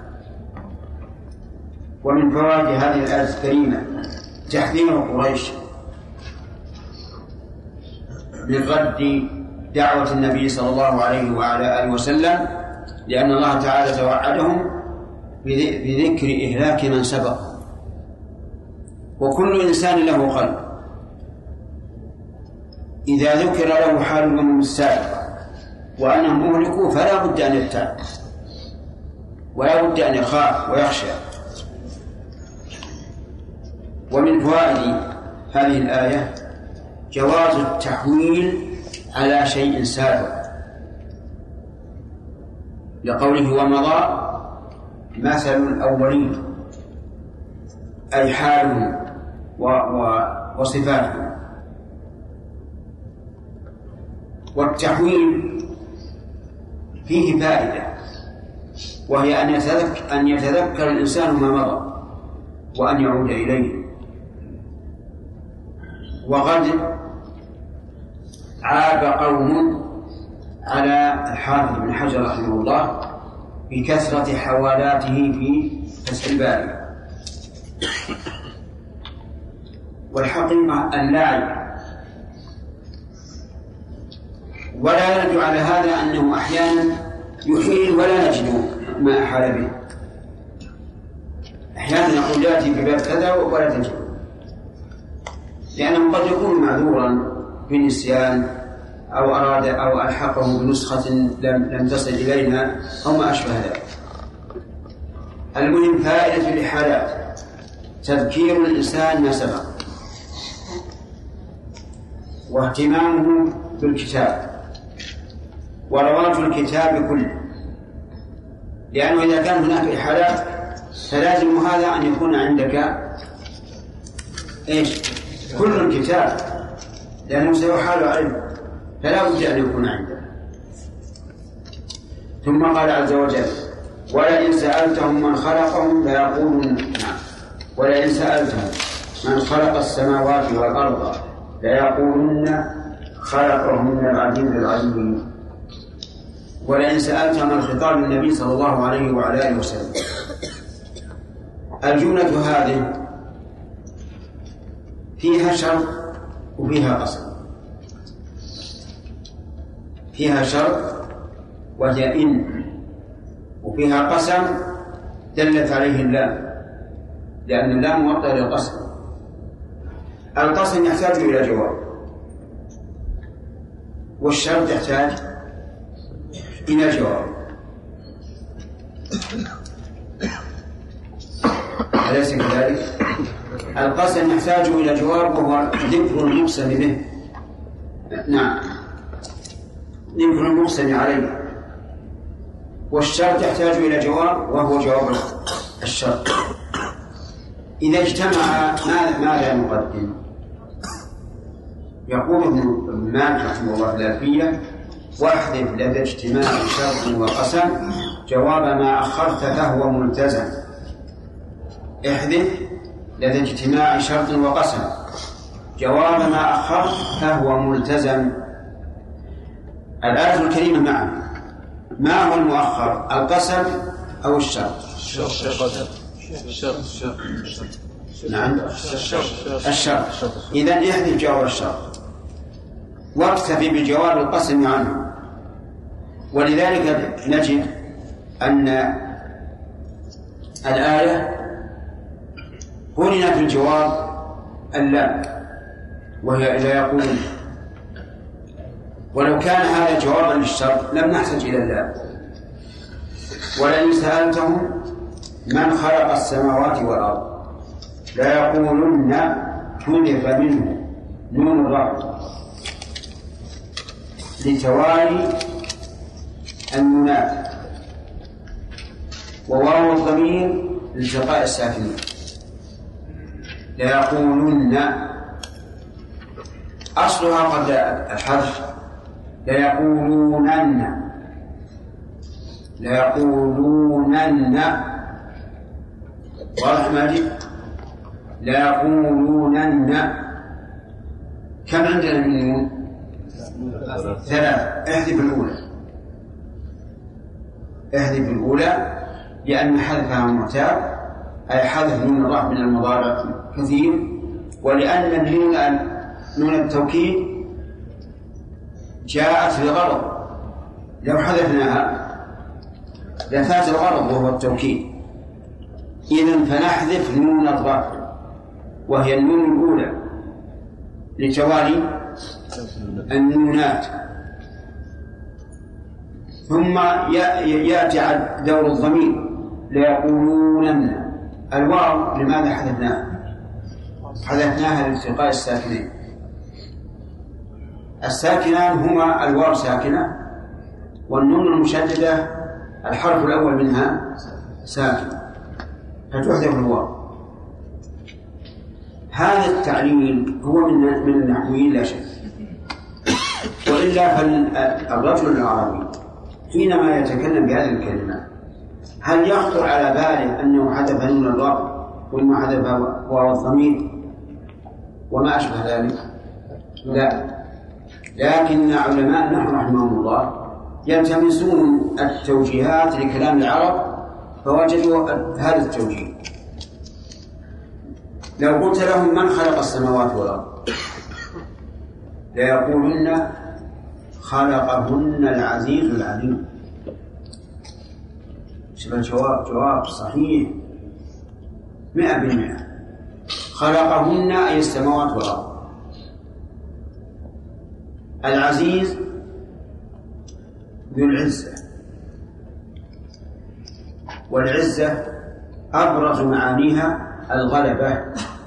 ومن فوائد هذه الآية الكريمة تحذير قريش من رد دعوة النبي صلى الله عليه وعلى آله وسلم، لأن الله تعالى توعدهم بذكر إهلاك من سبق. وكل إنسان له قلب، إذا ذكر له حال الأمم السابقة وأنهم أهلكوا فلا بد أن يبتعد ولا بد أن يخاف ويخشى. ومن فوائد هذه الآية جواز التحويل على شيء سابق، لقوله ومضى مثل الأولين، أي حالهم وصفاتهم. والتحويل فيه فائدة، وهي أن يتذكر الإنسان ما مضى وأن يعود إليه. وقد عاب قوم على الحافظ بن حجر رحمه الله بكثرة حوالاته في فتح الباري، والحقيقة اللاعب. ولا يرد على هذا أنه أحيانا يحيل ولا نجد ما أحال به. أحيانا يقول يأتي بباب كذا ولا تجد، لأنه قد يكون معذورا بالنسيان أو أراد أو ألحقه بنسخة لم تصل إلينا أو ما أشبه ذلك. المهم فائدة الإحالات تذكير الإنسان ما سبق، واهتمامه بالكتاب ورواج الكتاب كله، لأنه إذا كان هناك إحالات فلازم هذا أن يكون عندك كل الكتاب، لأنه سيحال عليه، فلا بد أن يكون عندك. ثم قال عز وجل ولئن سألتهم من خلقهم ليقولون نعم، ولئن سألتهم من خلق السماوات والأرض ليقولون خلقهن العزيز العليم. ولئن سألتهم الخطاب للنبي صلى الله عليه وعلى آله وسلم. الجملة هذه فيها شرط وفيها قسم. فيها شرط وهي إن، وفيها قسم دلت عليه اللام، لأن اللام موطئة للقسم. القسم يحتاج إلى جواب، والشرط يحتاج إلى جواب. أليس كذلك؟ القسم يحتاج إلى جواب وهو ذكر المقسم به، نعم، ذكر المقسم عليه. والشرط يحتاج إلى جواب وهو جواب الشرط. إذا اجتمع ماذا نقدم؟ يقول ابن مالك رحمه الله الألفية واحذف لدى اجتماع شرط وقسم جواب ما أخرت فهو ملتزم. احذف لدى اجتماع شرط وقسم جواب ما أخرت فهو ملتزم. الآية الكريمة معنا، ما هو المؤخر، القسم أو الشرط؟ نعم الشرط. إذن احذف جواب الشرط واكتفي بجواب القسم عنه. ولذلك نجد أن الآية قرن في الجواب اللام وهي إذا يقول، ولو كان هذا جوابا للشرط لم نحتاج إلى اللام. ولئن سألتهم من خلق السماوات والأرض لا يقولن حذف منه نون الرفع لتوالي النونات، وواو الضمير لالتقاء الساكنين. لا يقولن أصلها قبل الحذف لا يقولونن، لا يقولونن، واضح ماجد؟ لا يقولونن. كم عندنا من نون؟ 3. احذف الأولى، احذف الأولى لأن حذفها معتاد، أي حذف نون الرفع من المضارع كثير، ولأن النون نون التوكيد جاءت لغرض، لو حذفناها لفات الغرض وهو التوكيد. إذن فنحذف نون الرفع وهي النون الأولى لتوالي النونات. ثم يأتي دور الضمير ليقولون الواو لماذا حذفناها لالتقاء الساكنين. الساكنان هما الواو ساكنة والنون المشددة الحرف الأول منها ساكن فتحذف الواو. هذا التعليل هو من النحويين لا شك، وإلا فالرجل العربي حينما يتكلم بهذه الكلمة هل يخطر على باله أنه حذف نون الرفع وإنه حذف واو الضمير وما أشبه ذلك؟ لا، لكن علماء النحو رحمهم الله يلتمسون التوجيهات لكلام العرب فوجدوا هذا التوجيه. لو قلت لهم من خلق السماوات والأرض ليقولن خلقهن العزيز العليم. شبه جواب صحيح 100%. خلقهن أي السماوات والأرض. العزيز ذو العزة، والعزة أبرز معانيها الغلبة،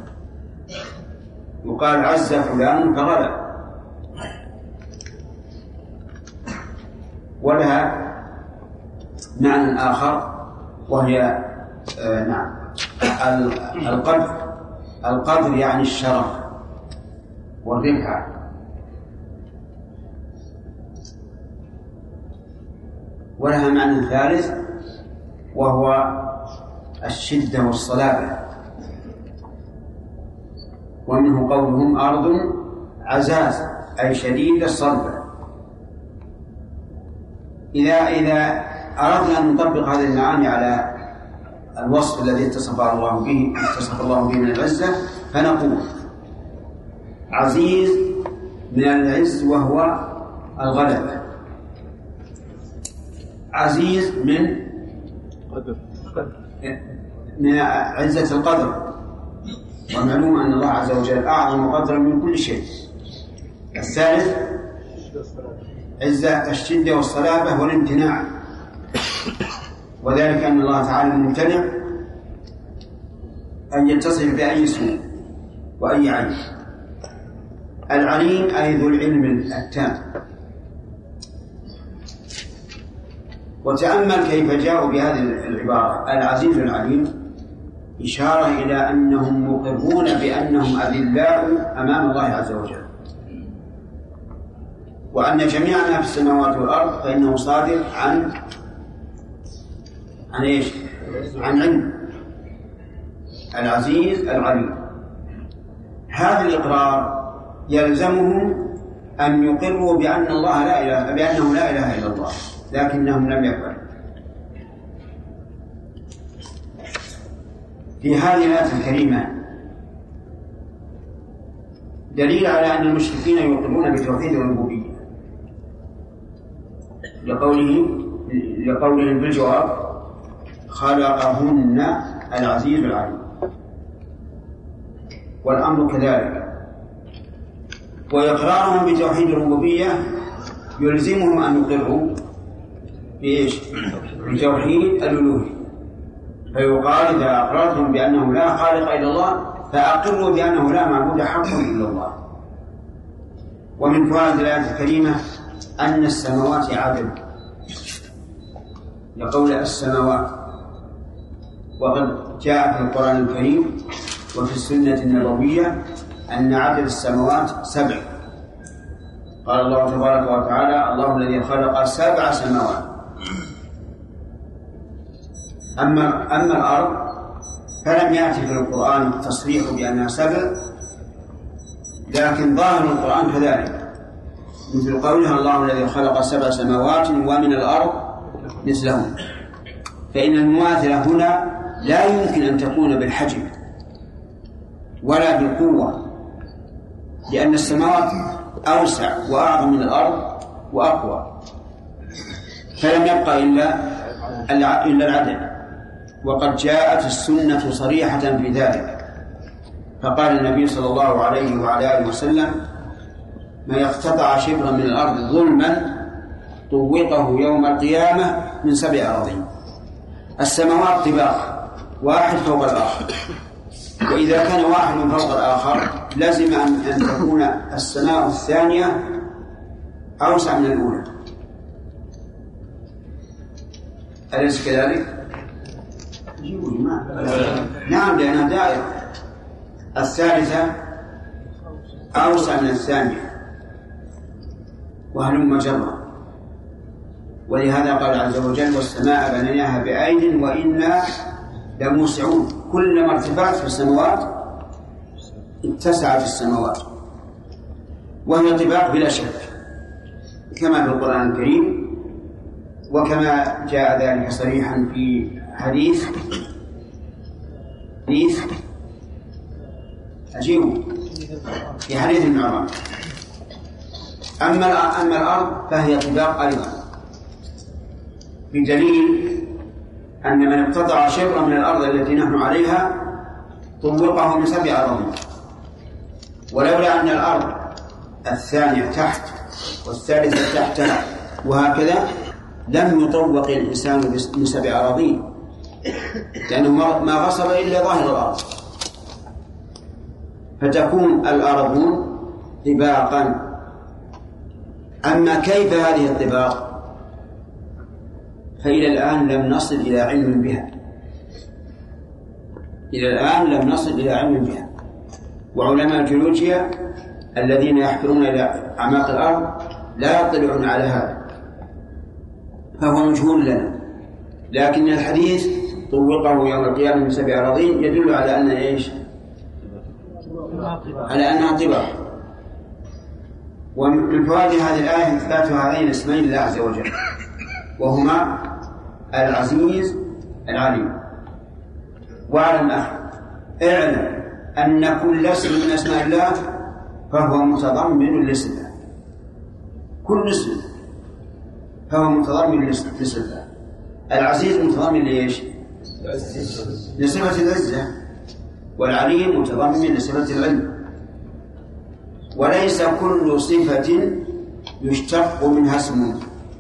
يقال عز فلان فغلب. ولها معنى آخر وهي القدر يعني الشرف والرفعة. ولها معنى ثالث وهو الشدة والصلابة، ومنه قولهم أرض عزاز أي شديد الصلبة. إذا أردنا أن نطبق هذه المعاني على الوصف الذي اتصف الله به من العزة فنقول عزيز من العز وهو الغلبة، عزيز من عزة القدر، ومعلوم أن الله عز وجل أعظم قدرا من كل شيء. الثالث عزة الشدة والصلابة والامتناع، وذلك أن الله تعالى ممتنع أن يتصف بأي اسم وأي عين. العليم أي ذو العلم التام. وتأمل كيف جاءوا بهذه العبارة العزيز العليم، إشارة إلى أنهم مقرون بأنهم أذلاء أمام الله عز وجل، وأن جميع ما في السماوات والأرض فإنه صادر عن إيش؟ عن علم. العزيز العليم. هذا الإقرار يلزمهم أن يقروا بأنه لا إله إلا الله، لكنهم لم يفعلوا. في هذه الآية الكريمة دليل على أن المشركين يقرون بتوحيد الربوبية، لقولهم بالجواب خلقهن العزيز العليم، والأمر كذلك. وإقرارهم بتوحيد الربوبية يلزمهم أن يقروا بتوحيد الألوهية، فيقال إذا أقررتم بأنه لا خالق إلا الله فأقروا بأنه لا معبود حق إلا الله. ومن فوائد الآية الكريمة أن السماوات عدل، لقول السماوات، وقد جاء في القرآن الكريم وفي السنة النبوية أن عدد السماوات 7. قال الله تبارك وتعالى الله الذي خلق 7 سماوات. أما الأرض فلم يأتي في القرآن التصريح بأنها 7، لكن ظاهر القرآن كذلك، مثل قولها الله الذي خلق 7 سماوات ومن الأرض مثلهم. فإن المماثلة هنا لا يمكن أن تكون بالحجم ولا بالقوة، لأن السماوات أوسع وأعظم من الأرض وأقوى، فلم يبقى إلا العدد. وقد جاءت السنة صريحة في ذلك، فقال النبي صلى الله عليه وعلى آله وسلم: ما يقتطع شبرا من الأرض ظلما طوقه يوم القيامة من 7 أراضين. السماوات طباق واحد فوق الآخر، وإذا كان واحد فوق الآخر لازم أن تكون السماء الثانية أوسع من الأولى، أليس كذلك؟ نعم، لأنها دائرة. الثالثة أوسع من الثانية وهلم جرا، ولهذا قال عز وجل: والسماء بنيناها بأيد وإنا لموسعون. كلما ارتفعت في السماوات اتسعت السماوات، وهي طباق بلا شك كما في القرآن الكريم، وكما جاء ذلك صريحا في حديث عجيب في حديث ابن عمر. أما الأرض فهي طباق أيضا، بدليل أن من اقتطع شبرا من الأرض التي نحن عليها طوقه من 7 أراضين، ولولا أن الأرض الثانية تحت والثالثة تحتها وهكذا لم يطوق الإنسان من 7 أراضين، لأنه ما غصب إلا ظاهر الأرض، فتكون الأرضون طباقا. أما كيف هذه الطباق فإلى الآن لم نصل إلى علم بها، وعلماء الجيولوجيا الذين يحفرون إلى أعماق الأرض لا يطلعون على هذا، فهو مجهول لنا. لكن الحديث طوقه يوم القيامة من 7 أراضين يدل على أن إيش؟ على أنها طباق. ومن فوائد هذه الآية إثبات هذين الاسمين لله عز وجل، وهما العزيز العليم. واعلم اعلم أن كل اسم من أسماء الله فهو متضمن لصفة، كل اسم فهو متضمن لصفة. العزيز متضمن لإيش؟ لصفة العزة، والعليم متضمن لصفة العلم. وليس كل صفة يشتق منها اسم،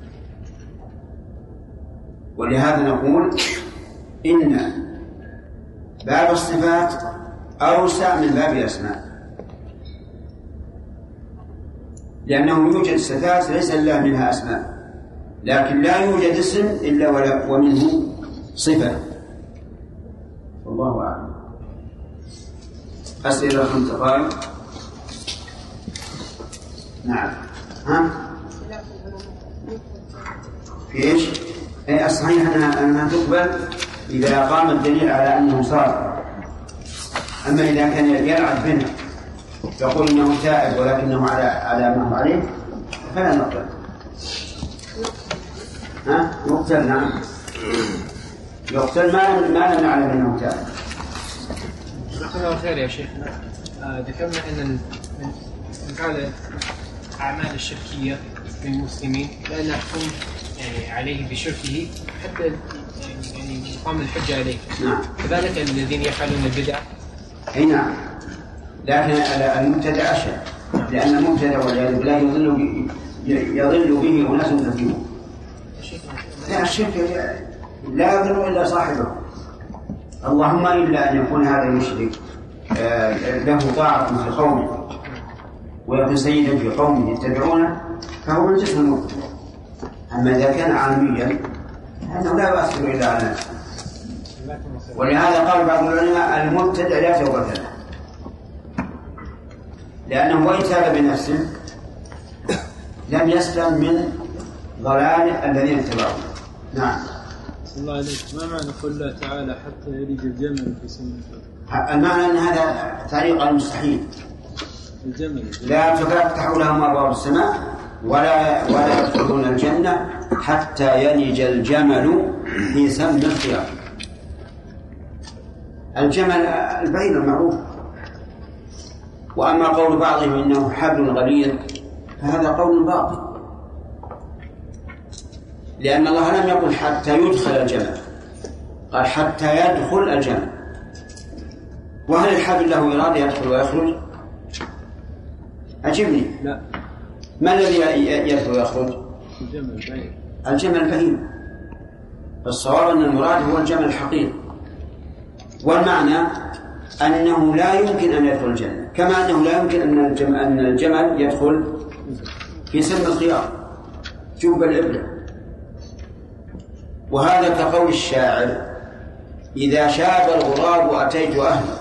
ولهذا نقول إن باب الصفات أوسع من باب الأسماء، لأنه يوجد صفات ليس الله منها أسماء، لكن لا يوجد اسم إلا ومنه صفة. والله أعلم. أسئلة خمسة قال. نعم. ها؟ في إيش؟ الصحيح أنها تقبل إذا قام الدليل على أنه صار. أما إذا كان يلعب بنا يقول إنه تائب ولكنه على ما هو عليه فلا نقبل. ها؟ يقتل. نعم يقتل ما لم نعلم أنه تائب. الله خير يا شيخنا. ذكرنا أن من فعل أعمال الشركية من المسلمين لا نحكم يعني عليه بشركه حتى يعني يقام الحجة عليه. نعم. كذلك الذين يفعلون البدع. أي نعم. لكن المبتدع أشد، لأن المبتدع والعياذ بالله يضل به أناس كثيرون. لا الشرك لا يضل إلا صاحبه، اللهم إلا أن يكون هذا المشرك له طاعة في قومه ويكون سيدا في قومه يتبعونه فهو من جسم المبتدع. أما إذا كان عالميا فإنه لا يؤثر إلا على نفسه. ولهذا قال بعض العلماء المبتدع لا توبة له، لأنه وإن تاب بنفسه لم يسلم من ضلال الذين اتبعوه. نعم. الله عليك، ما معنى قول الله تعالى حتى يلج الجمل في سم الخياط؟ المعنى أن هذا تعليق على المستحيل. الجمل لا تفتح لهم أبواب السماء ولا يدخلون الجنة حتى يلج الجمل في سم الخياط. الجمل البعير المعروف. وأما قول بعضهم إنه حبل غليظ فهذا قول باطل، لأن الله لم يقل حتى يدخل الجمل، قال حتى يدخل الجمل. وهل الحبل له إرادة يدخل ويخرج؟ أجبني. لا. ما الذي يدخل ويخرج؟ الجمل البهيم. الصواب أن المراد هو الجمل الحقيقي، والمعنى أنه لا يمكن أن يدخل الجنة، كما أنه لا يمكن أن الجمل يدخل في سن الخيار جب الإبرة. وهذا كقول الشاعر: إذا شاب الغراب أتيت أهله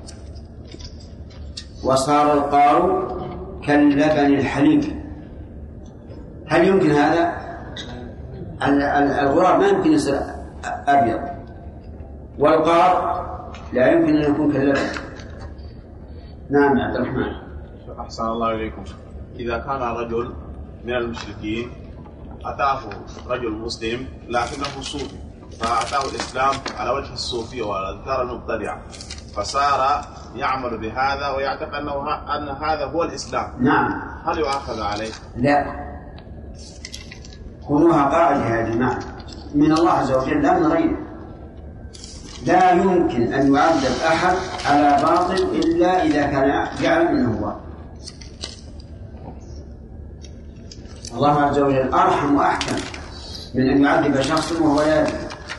وصار القار كاللبن الحليب. هل يمكن هذا؟ الغراب ما يمكن يصير أبيض، والقار لا يمكن أن يكون كاللبن. نعم يا عبد الرحمن. أحسن الله إليكم. إذا كان رجل من المشركين أتاه رجل مسلم لكنه صوفي، فأتاه الإسلام على وجه الصوفية والأذكار المبتدعة، فصار يعمل بهذا ويعتقد أن هذا هو الإسلام. نعم. هل يؤاخذ عليه؟ لا، خذوها قاعدة يا جماعة من الله عز وجل لا من غيره. لا يمكن أن يعذب أحد على باطل إلا إذا كان يعلم أنه هو. الله عز وجل أرحم وأحكم من أن يعذب شخص وهو لا يدري.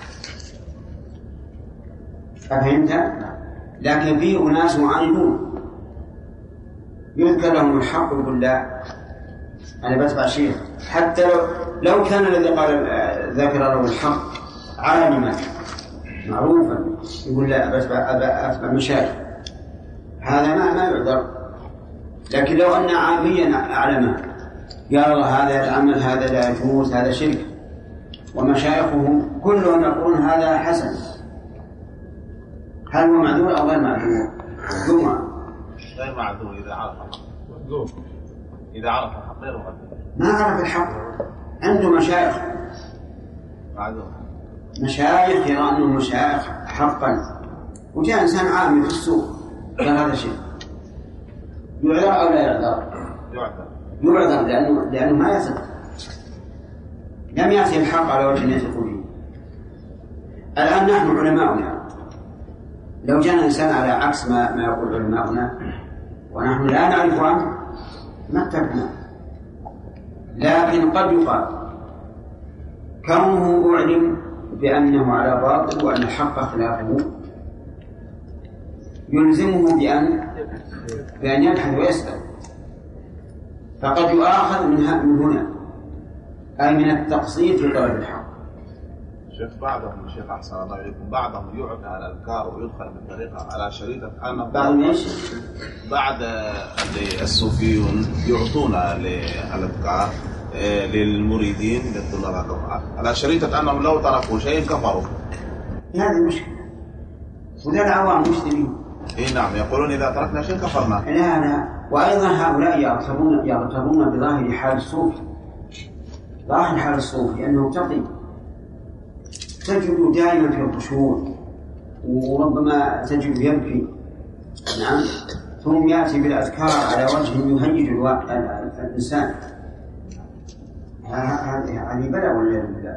أفهمت؟ لكن فيه أناس معاندون يذكر لهم الحق يقول لا أنا بتبع شيخ، حتى لو كان الذي قال ذكر له الحق عالما معروفا يقول لا أتبع مشايخ، هذا ما يعذر. لكن لو أن عاميا أعلمه يا الله هذا العمل هذا لا يجوز هذا شرك، ومشايخه كلهم يقولون هذا حسن، هل هو معذور أو غير معذور؟ غير معذور إذا عرف الحق. إذا عرف الحق غير معذور. ما عرف الحق عنده مشايخ معذور، مشايخ يرى أنه مشايخ حقا، وجاء إنسان عامي في السوق قال هذا شيء، يعذر أو لا يعذر؟ يعذر لأنه ما يثق، لم يأتي الحق على وجه يثق به. الآن نحن علماؤنا لو جاء إنسان على عكس ما يقول علماؤنا ونحن لا نعرف عنه ما اتبعنا، لكن قد يقال كونه أعلم بأنه على باطل وأن الحق خلافه يلزمه بأن يبحث ويسأل، فقد يؤاخذ من هنا أي من التقصير في طلب الحق. شيخ بعضهم الشيخ أحسن الله إليكم بعضهم يعطى على الأذكار ويدخل بالطريقة على شريطة أنه بعض الصوفيون يعطون الأذكار للمريدين للطلاب على شريطة أنهم لو تركوا شيء كفروا. هذه مشكلة، وذا العوام مسلمين. إيه نعم، يقولون إذا تركنا شيء كفرنا. لا، وأيضا هؤلاء يغترون بظاهر حال الصوفي. ظاهر حال الصوفي أنه تقي، تجد دائما في الخشوع وربما تجد يبكي، نعم، ثم يأتي بالأذكار على وجه يهيج الإنسان. هذه بلاء والعياذ بالله.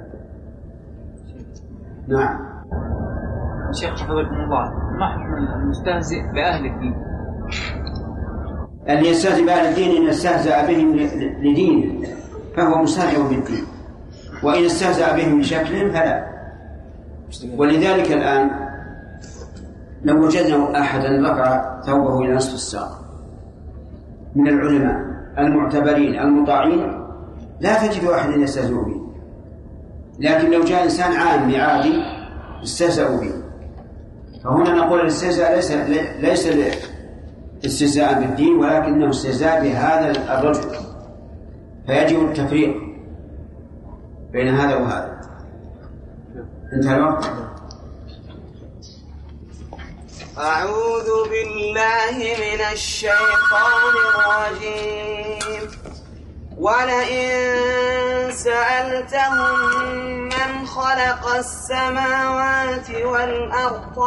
نعم. شيخ حفظكم الله، ما حكم المستهزئ بأهل الدين؟ اللي يستهزئ بأهل الدين إن استهزأ بهم لدين فهو مستهزئ بالدين، وإن استهزأ بهم بشكل فلا. ولذلك الآن لو وجدنا أحدا رفع ثوبه إلى نصف الساق من العلماء المعتبرين المطاعين لا تجد أحد يستهزئ به، لكن لو جاء إنسان عامي عادي استهزأوا به، فهنا نقول الاستهزاء ليس استهزاء بالدين ولكنه استهزاء بهذا الرجل، فيجب التفريق بين هذا وهذا. انتهى الوقت. أعوذ بالله من الشيطان الرجيم. ولئن سألتهم من خلق السماوات والأرض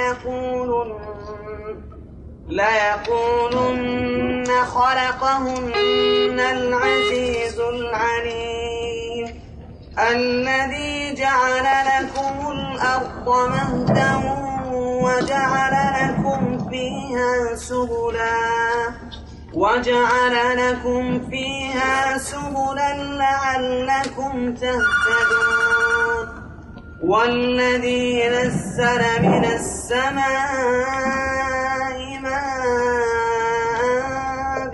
ليقولن خلقهن العزيز العليم الذي جعل لكم الأرض مهدا وجعل لكم فيها سبلا وجعل لكم فيها سبلا لعلكم تهتدون والذي نزل من السماء ماء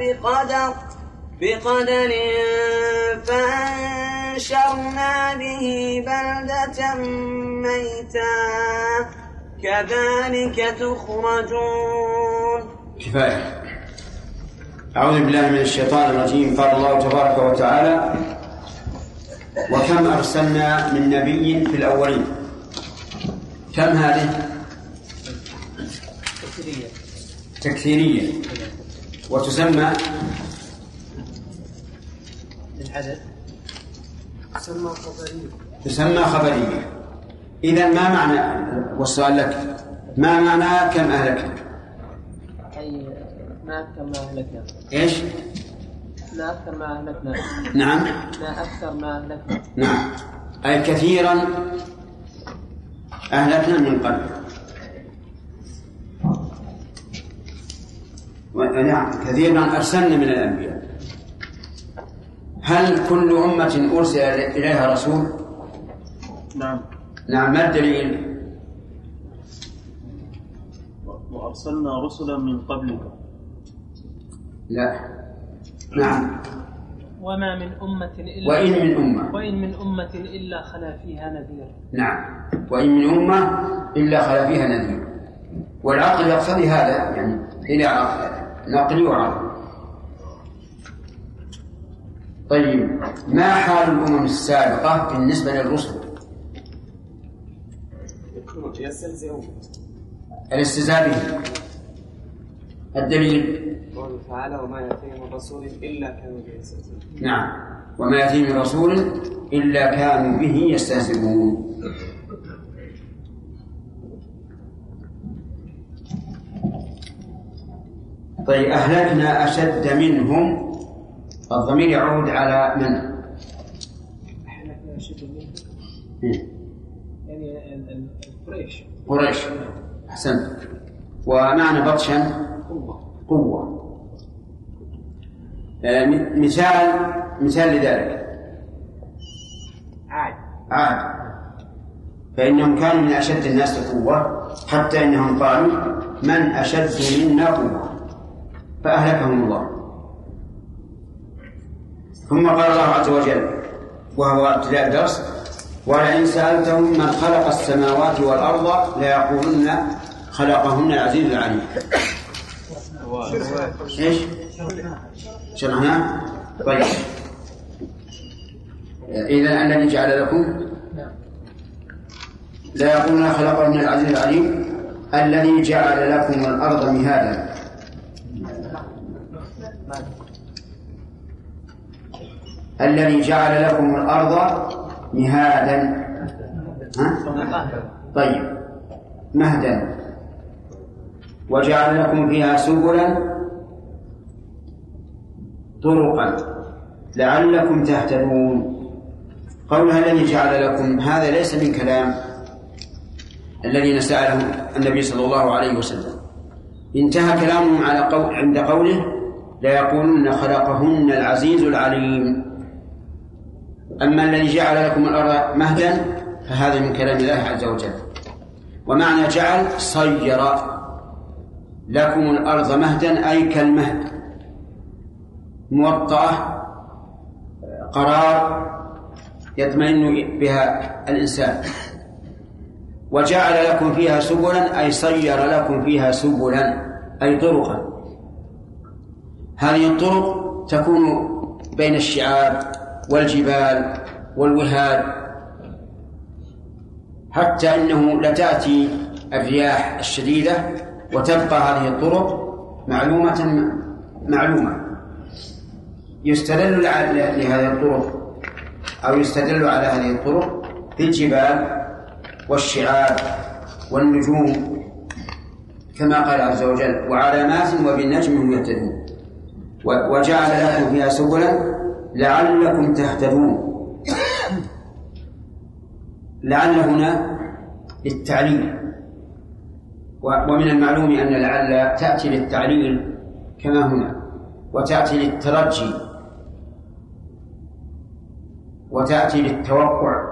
بقدر فأنشرنا به بلدة ميتا كذلك تخرجون. كفاية. أعوذ بالله من الشيطان الرجيم. قال الله تبارك وتعالى: وكم أرسلنا من نبي في الأولين. كم هذه؟ تكثيرية وتسمى العدد تسمى خبرية. إذن ما معنى، والسؤال لك، ما معنى كم أهلكنا؟ أي ما أكثر ما أهلكنا. إيش؟ ما أكثر ما أهلكنا. نعم. ما أكثر ما أهلكنا. نعم، أي كثيرا أهلكنا من قبل. نعم، كثيرا أرسلنا من الأنبياء. هل كل أمة أرسل إليها رسول؟ نعم. نعم، ما الدليل؟ وأرسلنا رسلا من قبلك. لا. نعم. وما من أمة إلا وإن من أمة إلا خلا فيها نذير. نعم، وإن من أمة إلا خلا فيها نذير. والعقل يقتضي هذا، يعني إلى نقلي وعقل. طيب، ما حال الأمم السابقة بالنسبة للرسل؟ الاستهزاء به. الدليل قوله تعالى: وما يأتيهم من رسول إلا كانوا به يستهزئون. نعم، وما يأتيهم من رسول إلا كانوا به يستهزئون. طيب، أهلكنا أشد منهم. الضمير يعود على من؟ أهلكنا أشد منهم يعني قريش. أحسنت. ومعنى بطشا قوة. مثال لذلك عاد، فإنهم كانوا من أشد الناس قوة، حتى إنهم قالوا: من أشد منا قوة، فأهلكهم الله. ثم قال الله عز وجل، وهو ابتداء الدرس: ولئن سألتهم من خلق السماوات والأرض ليقولن خلقهن العزيز العليم. إيش؟ شرحناه؟ طيب، إذن الذي جعل لكم لا يقولون خلقهن العزيز العليم الذي جعل لكم الأرض مهادا. الذي جعل لكم الأرض مهادا. طيب، مهدا. وجعل لكم فيها سبلا طرقا لعلكم تهتدون. قولها الذي جعل لكم، هذا ليس من كلام الذين سأله النبي صلى الله عليه وسلم. انتهى كلامهم عند قوله: لا يقولون خلقهن العزيز العليم. أما الذي جعل لكم الأرض مهدا فهذا من كلام الله عز وجل. ومعنى جعل: صير لكم الأرض مهدا، أي كالمهد، موطأة، قرار يطمئن بها الإنسان. وجعل لكم فيها سبلا، أي صير لكم فيها سبلا، أي طرقا. هذه الطرق تكون بين الشعاب والجبال والوهاد، حتى إنه لتأتي الرياح الشديدة وتبقى هذه الطرق معلومة. يستدل لهذه الطرق أو يستدل على هذه الطرق في الجبال والشعاب والنجوم، كما قال عز وجل: وعلامات وبالنجم هم يهتدون. وجعل لكم فيها سبلا لعلكم تهتدون. لعل هنا للتعليل، ومن المعلوم أن لعل تأتي للتعليل كما هنا، وتأتي للترجي وتأتي للتوقع.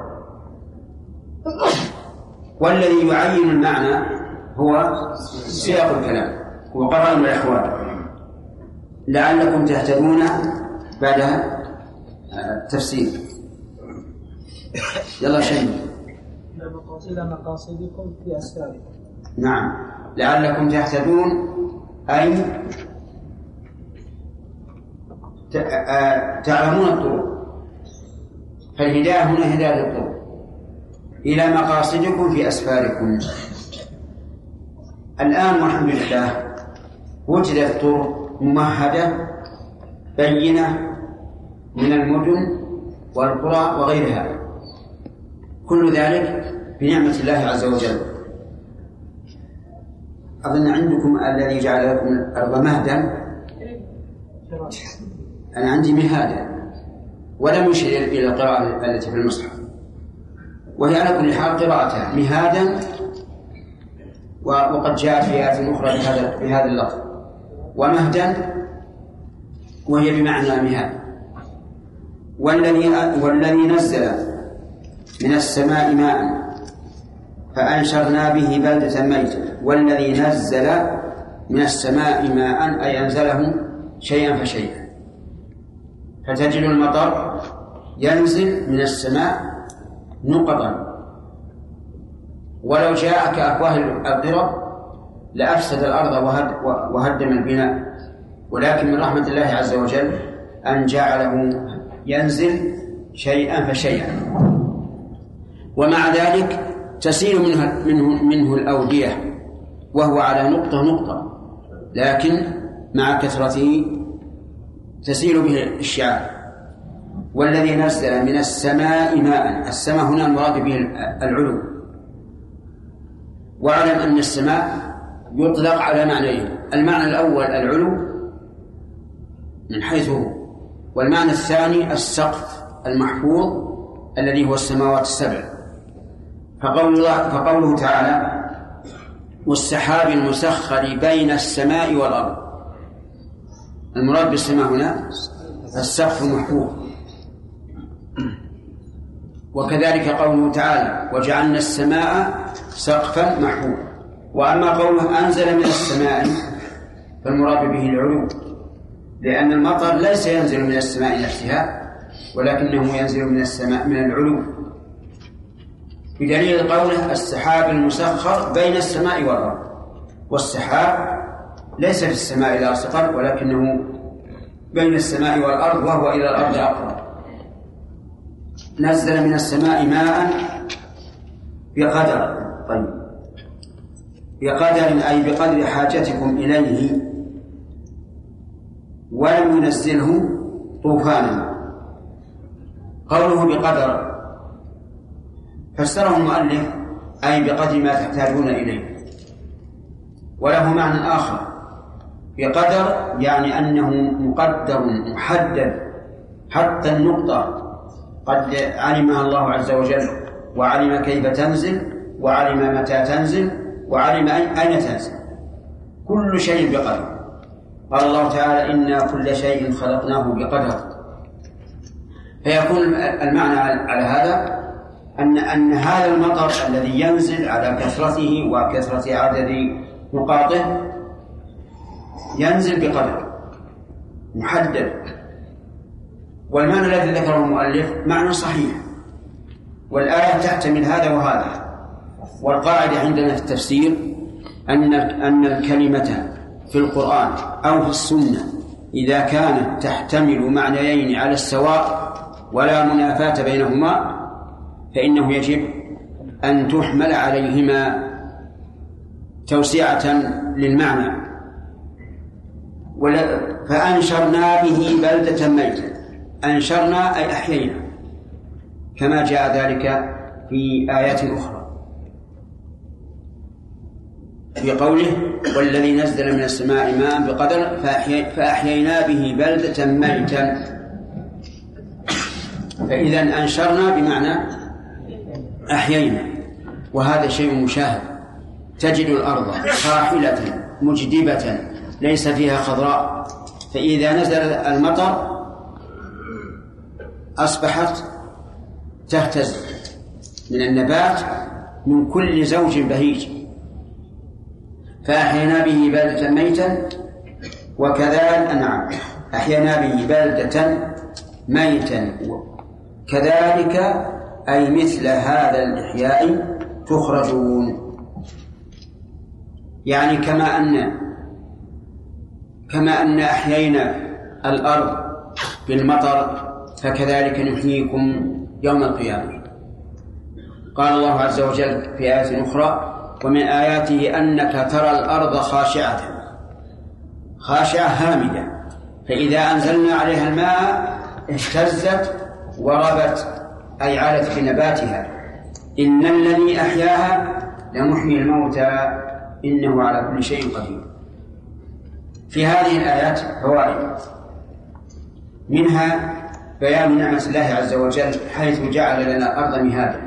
والذي يعين المعنى هو سياق الكلام وقرائن الأحوال لعلكم تهتدون بعدها التفسير. يلا شيء إلى مقاصدكم في أسفاركم. نعم، لعلكم تهتدون أي تعلمون الطرق، فالهداية هنا هداية الطرق إلى مقاصدكم في أسفاركم. الآن والحمد لله وجدت طرق ممهدة بينة من المدن والقرى وغيرها، كل ذلك بنعمة الله عز وجل. أظن عندكم الذي جعل لكم الأرض مهدا، أنا عندي مهادا، ولم يشير إلى القراءة التي في المصحف، وهي على كل حال قراءتها مهادا، وقد جاءت في آيات أخرى بهذا اللفظ ومهدا، وهي بمعنى مهاد. والذي نزل من السماء ماء فأنشرنا به بلدة ميتة. والذي نزل من السماء ماء أي أنزله شيئا فشيئا، فتجد المطر ينزل من السماء نقطا، ولو جاء كأفواه القرى لأفسد الأرض وهدم البناء، ولكن من رحمة الله عز وجل أن جعله ينزل شيئا فشيئا. ومع ذلك تسيل منه الأودية وهو على نقطة، لكن مع كثرته تسيل به الشعاب. والذي نزل من السماء ماء، السماء هنا المراد به العلو. واعلم أن السماء يطلق على معنيين: المعنى الأول العلو من حيث هو، والمعنى الثاني السقف المحفوظ الذي هو السماوات السبع. فقوله تعالى: والسحاب المسخر بين السماء والأرض، المراد بالسماء هنا السقف المحفوظ. وكذلك قوله تعالى: وجعلنا السماء سقفا محفوظا. وأما قوله أنزل من السماء فالمراد به العلو، لأن المطر ليس ينزل من السماء نفسها، ولكنه ينزل من السماء من العلو، بدليل قوله: السحاب المسخر بين السماء والأرض. والسحاب ليس في السماء لا سقط، ولكنه بين السماء والأرض وهو إلى الأرض أقرب. نزل من السماء ماء بقدر، طيب بقدر أي بقدر حاجتكم إليه، ولم ينزله طوفانا. قوله بقدر فسره المؤلف أي بقدر ما تحتاجون إليه، وله معنى آخر: بقدر يعني أنه مقدر محدد حتى النقطة قد علمها الله عز وجل، وعلم كيف تنزل، وعلم متى تنزل، وعلم أين تنزل، كل شيء بقدر. قال الله تعالى: إنا كل شيء خلقناه بقدر. فيكون المعنى على هذا أن هذا المطر الذي ينزل على كثرته وكثرة عدد نقاطه ينزل بقدر محدد. والمعنى الذي ذكره المؤلف معنى صحيح، والآية تحتمل هذا وهذا. والقاعدة عندنا في التفسير أن الكلمة في القرآن أو في السنة إذا كانت تحتمل معنيين على السواء ولا منافاة بينهما فإنه يجب أن تحمل عليهما توسعة للمعنى. فأنشرنا به بلدة ميتة، أنشرنا أي أحيينا، كما جاء ذلك في آيات أخرى في قوله: والذي نزل من السماء ماء بقدر فأحيينا به بلدة ميتا. فإذن أنشرنا بمعنى أحيينا، وهذا شيء مشاهد. تجد الأرض خاحلة مجدبة ليس فيها خضراء، فإذا نزل المطر أصبحت تهتز من النبات من كل زوج بهيج، فأحيينا به بلدة ميتا وكذلك أنعم أحيينا به بلدة ميتا كذلك أي مثل هذا الإحياء تخرجون. يعني كما أن أحيينا الأرض بالمطر فكذلك نحييكم يوم القيامة. قال الله عز وجل في آية أخرى ومن آياته أنك ترى الأرض خاشعة هامدة فإذا أنزلنا عليها الماء اهتزت وربت أي علت بنباتها. إن الذي أحياها لمحيي الموتى إنه على كل شيء قدير. في هذه الآيات فوائد، منها بيان نعمة الله عز وجل حيث جعل لنا الأرض مهادا،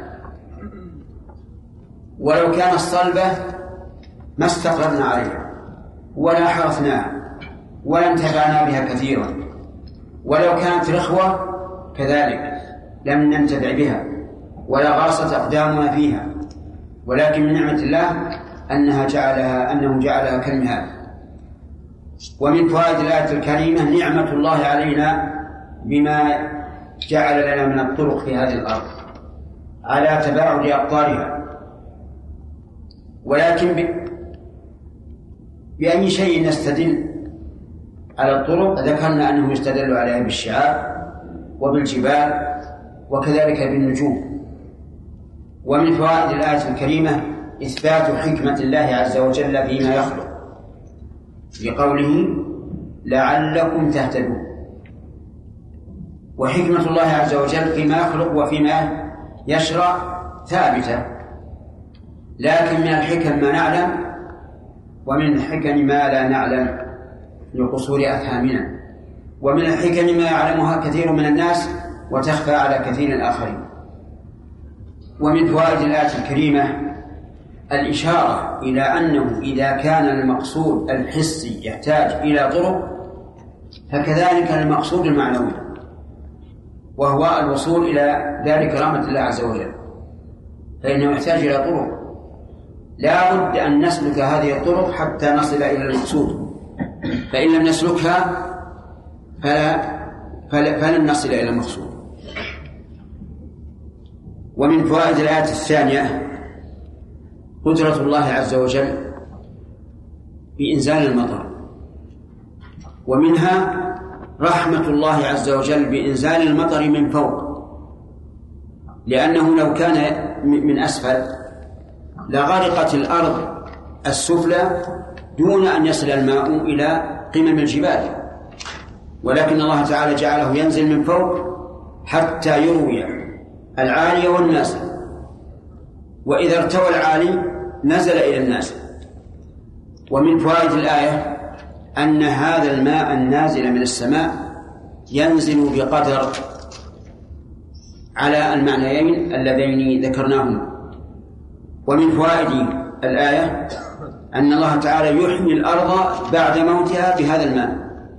ولو كانت صلبة ما استقررنا عليها ولا حرثناها ولا انتفعنا بها كثيرا، ولو كانت رخوة كذلك لم ننتفع بها ولا غاصت أقدامنا فيها، ولكن من نعمة الله أنه جعلها كالمهاد. ومن فوائد الآية الكريمة نعمة الله علينا بما جعل لنا من الطرق في هذه الأرض على تباعد أقطارها. ولكن بأي شيء نستدل على الطرق؟ ذكرنا أنهم يستدلوا عليها بالشعاب وبالجبال وكذلك بالنجوم. ومن فوائد الآية الكريمة إثبات حكمة الله عز وجل فيما يخلق لقوله لعلكم تهتدون. وحكمة الله عز وجل فيما يخلق وفيما يشرع ثابتة، لكن من الحكم ما نعلم ومن الحكم ما لا نعلم لقصور أفهامنا، ومن الحكم ما يعلمها كثير من الناس وتخفى على كثير الآخرين. ومن فوائد الآية الكريمة الإشارة إلى أنه إذا كان المقصود الحسي يحتاج إلى طرق فكذلك المقصود المعنوي، وهو الوصول إلى ذلك كرامة الله عز وجل، فإنه يحتاج إلى طرق لا بد أن نسلك هذه الطرق حتى نصل إلى المقصود، فإن لم نسلكها فلن نصل إلى المقصود. ومن فوائد الآية الثانية قدرة الله عز وجل بإنزال المطر، ومنها رحمة الله عز وجل بإنزال المطر من فوق، لأنه لو كان من أسفل لغرقت الأرض السفلى دون أن يصل الماء إلى قمم الجبال، ولكن الله تعالى جعله ينزل من فوق حتى يروي العالي والنازل، وإذا ارتوى العالي نزل إلى النازل. ومن فوائد الآية أن هذا الماء النازل من السماء ينزل بقدر على المعنيين اللذين ذكرناهما. ومن فوائد الآية أن الله تعالى يحيي الأرض بعد موتها بهذا الماء.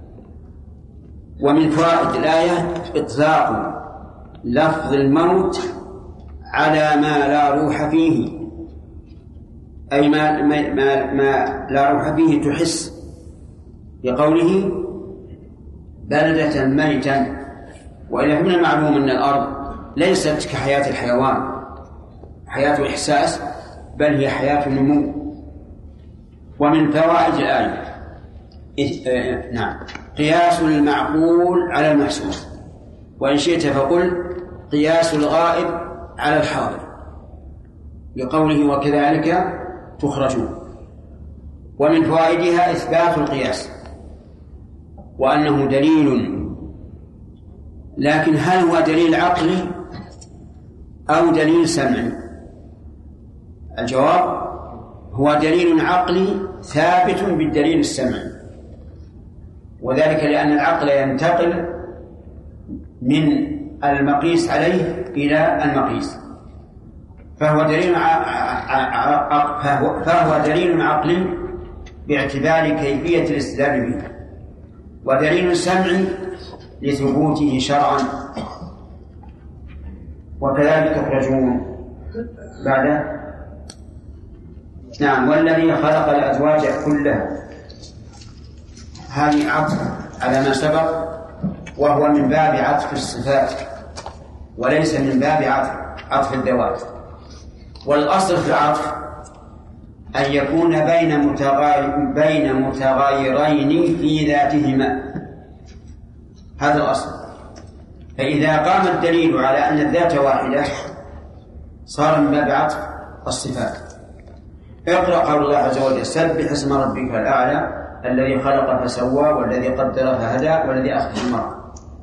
ومن فوائد الآية إطلاق لفظ الموت على ما لا روح فيه، أي ما لا روح فيه تحس، بقوله بلدة ميتا. وإلا من المعلوم أن الأرض ليست كحياة الحيوان حياة إحساس، بل هي حياة نمو. ومن فوائد الآية قياس المعقول على المحسوس، وإن شئت فقل قياس الغائب على الحاضر، بقوله وكذلك تخرجون. ومن فوائدها إثبات القياس وأنه دليل، لكن هل هو دليل عقلي أو دليل سمعي؟ الجواب هو دليل عقلي ثابت بالدليل السمعي، وذلك لأن العقل ينتقل من المقيس عليه إلى المقيس، فهو دليل عقلي باعتبار كيفية الاستدلال به. ودليل سمعي لثبوته شرعا، وكذلك تخرجون بعد. نعم. والذي خلق الأزواج كلها، هذه عطف على ما سبق، وهو من باب عطف الصفات وليس من باب عطف الذوات. والأصل في العطف أن يكون بين متغايرين في ذاتهما، هذا الأصل. فإذا قام الدليل على أن الذات واحدة صار من باب عطف الصفات. اقرأ قول الله عز وجل: سبح اسم ربك الأعلى الذي خلق فسوى والذي قدر فهدى والذي أخرج المرعى.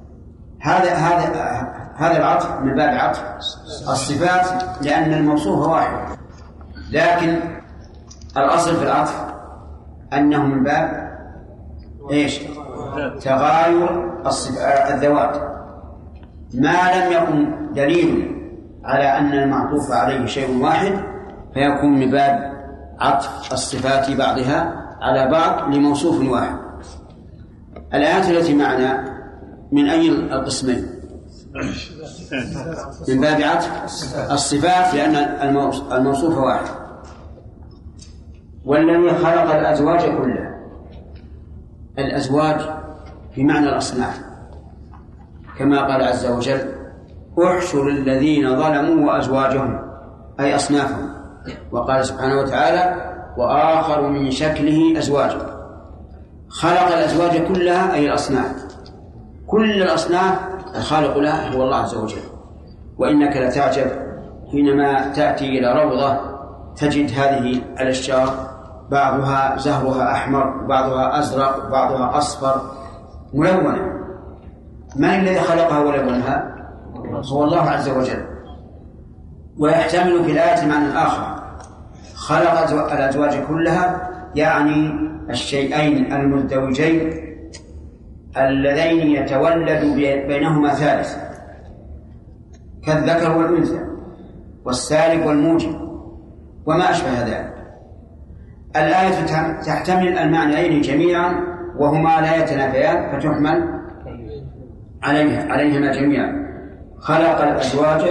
هذا العطف من باب عطف الصفات لأن الموصوف واحد، لكن الأصل في العطف أنه من باب إيش؟ تغاير الذوات. ما لم يكن دليل على أن المعطوف عليه شيء واحد فيكون من باب عطف الصفات بعضها على بعض لموصوف واحد. الآيات التي معنا من أي القسمين؟ من باب عطف الصفات لأن الموصوف واحد. والذي خلق الأزواج كلها، الأزواج بمعنى الأصناف، كما قال عز وجل: احشر الذين ظلموا وأزواجهم، أي أصنافهم. وقال سبحانه وتعالى: وآخر من شكله أزواج. خلق الأزواج كلها أي الأصناف، كل الأصناف الخالق لها هو الله عز وجل. وإنك لتعجب حينما تأتي إلى روضة تجد هذه الأشجار بعضها زهرها أحمر وبعضها أزرق وبعضها أصفر ملونة. من الذي خلقها ولونها؟ هو الله عز وجل. ويحتمل في الآية معنى آخر: خلق الأزواج كلها يعني الشيئين المزدوجين اللذين يتولد بينهما ثالث، كالذكر والأنثى والسالب والموجب وما أشبه ذلك. الآية تحتمل المعنيين جميعا وهما لا يتنافيان فتحمل عليهما جميعا. خلق الأزواج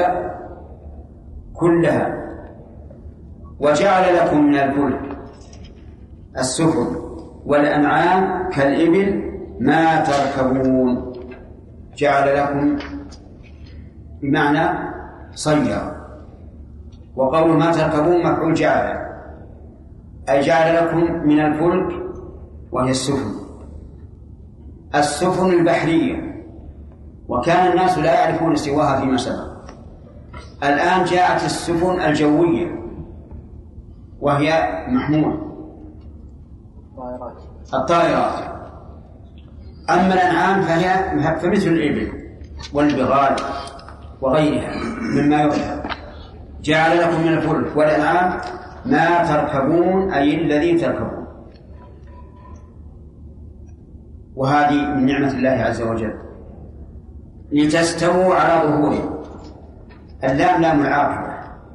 كلها وجعل لكم من الفلك السفن والأنعام كالإبل ما تركبون. جعل لكم بمعنى صير، وقول ما تركبون مفعول جعل، أي جعل لكم من الفلك وهي السفن البحرية، وكان الناس لا يعرفون سواها فيما سبق. الآن جاءت السفن الجوية وهي محمول الطائرات. أما الأنعام فمثل الإبل والبغال وغيرها مما يركب. جعل لكم من الفلك والأنعام ما تركبون أي الذي تركبون. وهذه من نعمة الله عز وجل لتستووا على ظهوره. اللام لام العاقبة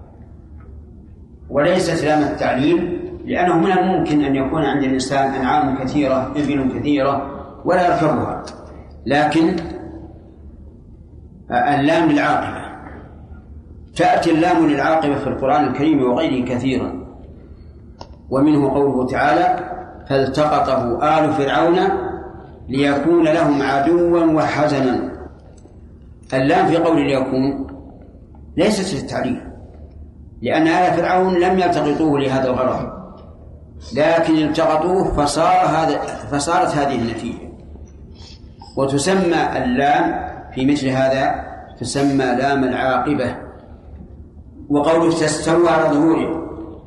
وليست لام التعليل، لأنه من الممكن أن يكون عند الإنسان أنعام كثيرة إبل كثيرة ولا يركبها، لكن اللام للعاقبة. تأتي اللام للعاقبة في القرآن الكريم وغيره كثيرا، ومنه قوله تعالى: فالتقطه آل فرعون ليكون لهم عدوا وحزنا. اللام في قول ليكون ليست للتعليل، لأن آل فرعون لم يلتقطوه لهذا الغرض، لكن التقطوه فصارت هذه النتيجة. وتسمى اللام في مثل هذا تسمى لام العاقبة. وقوله تستوى على ظهوره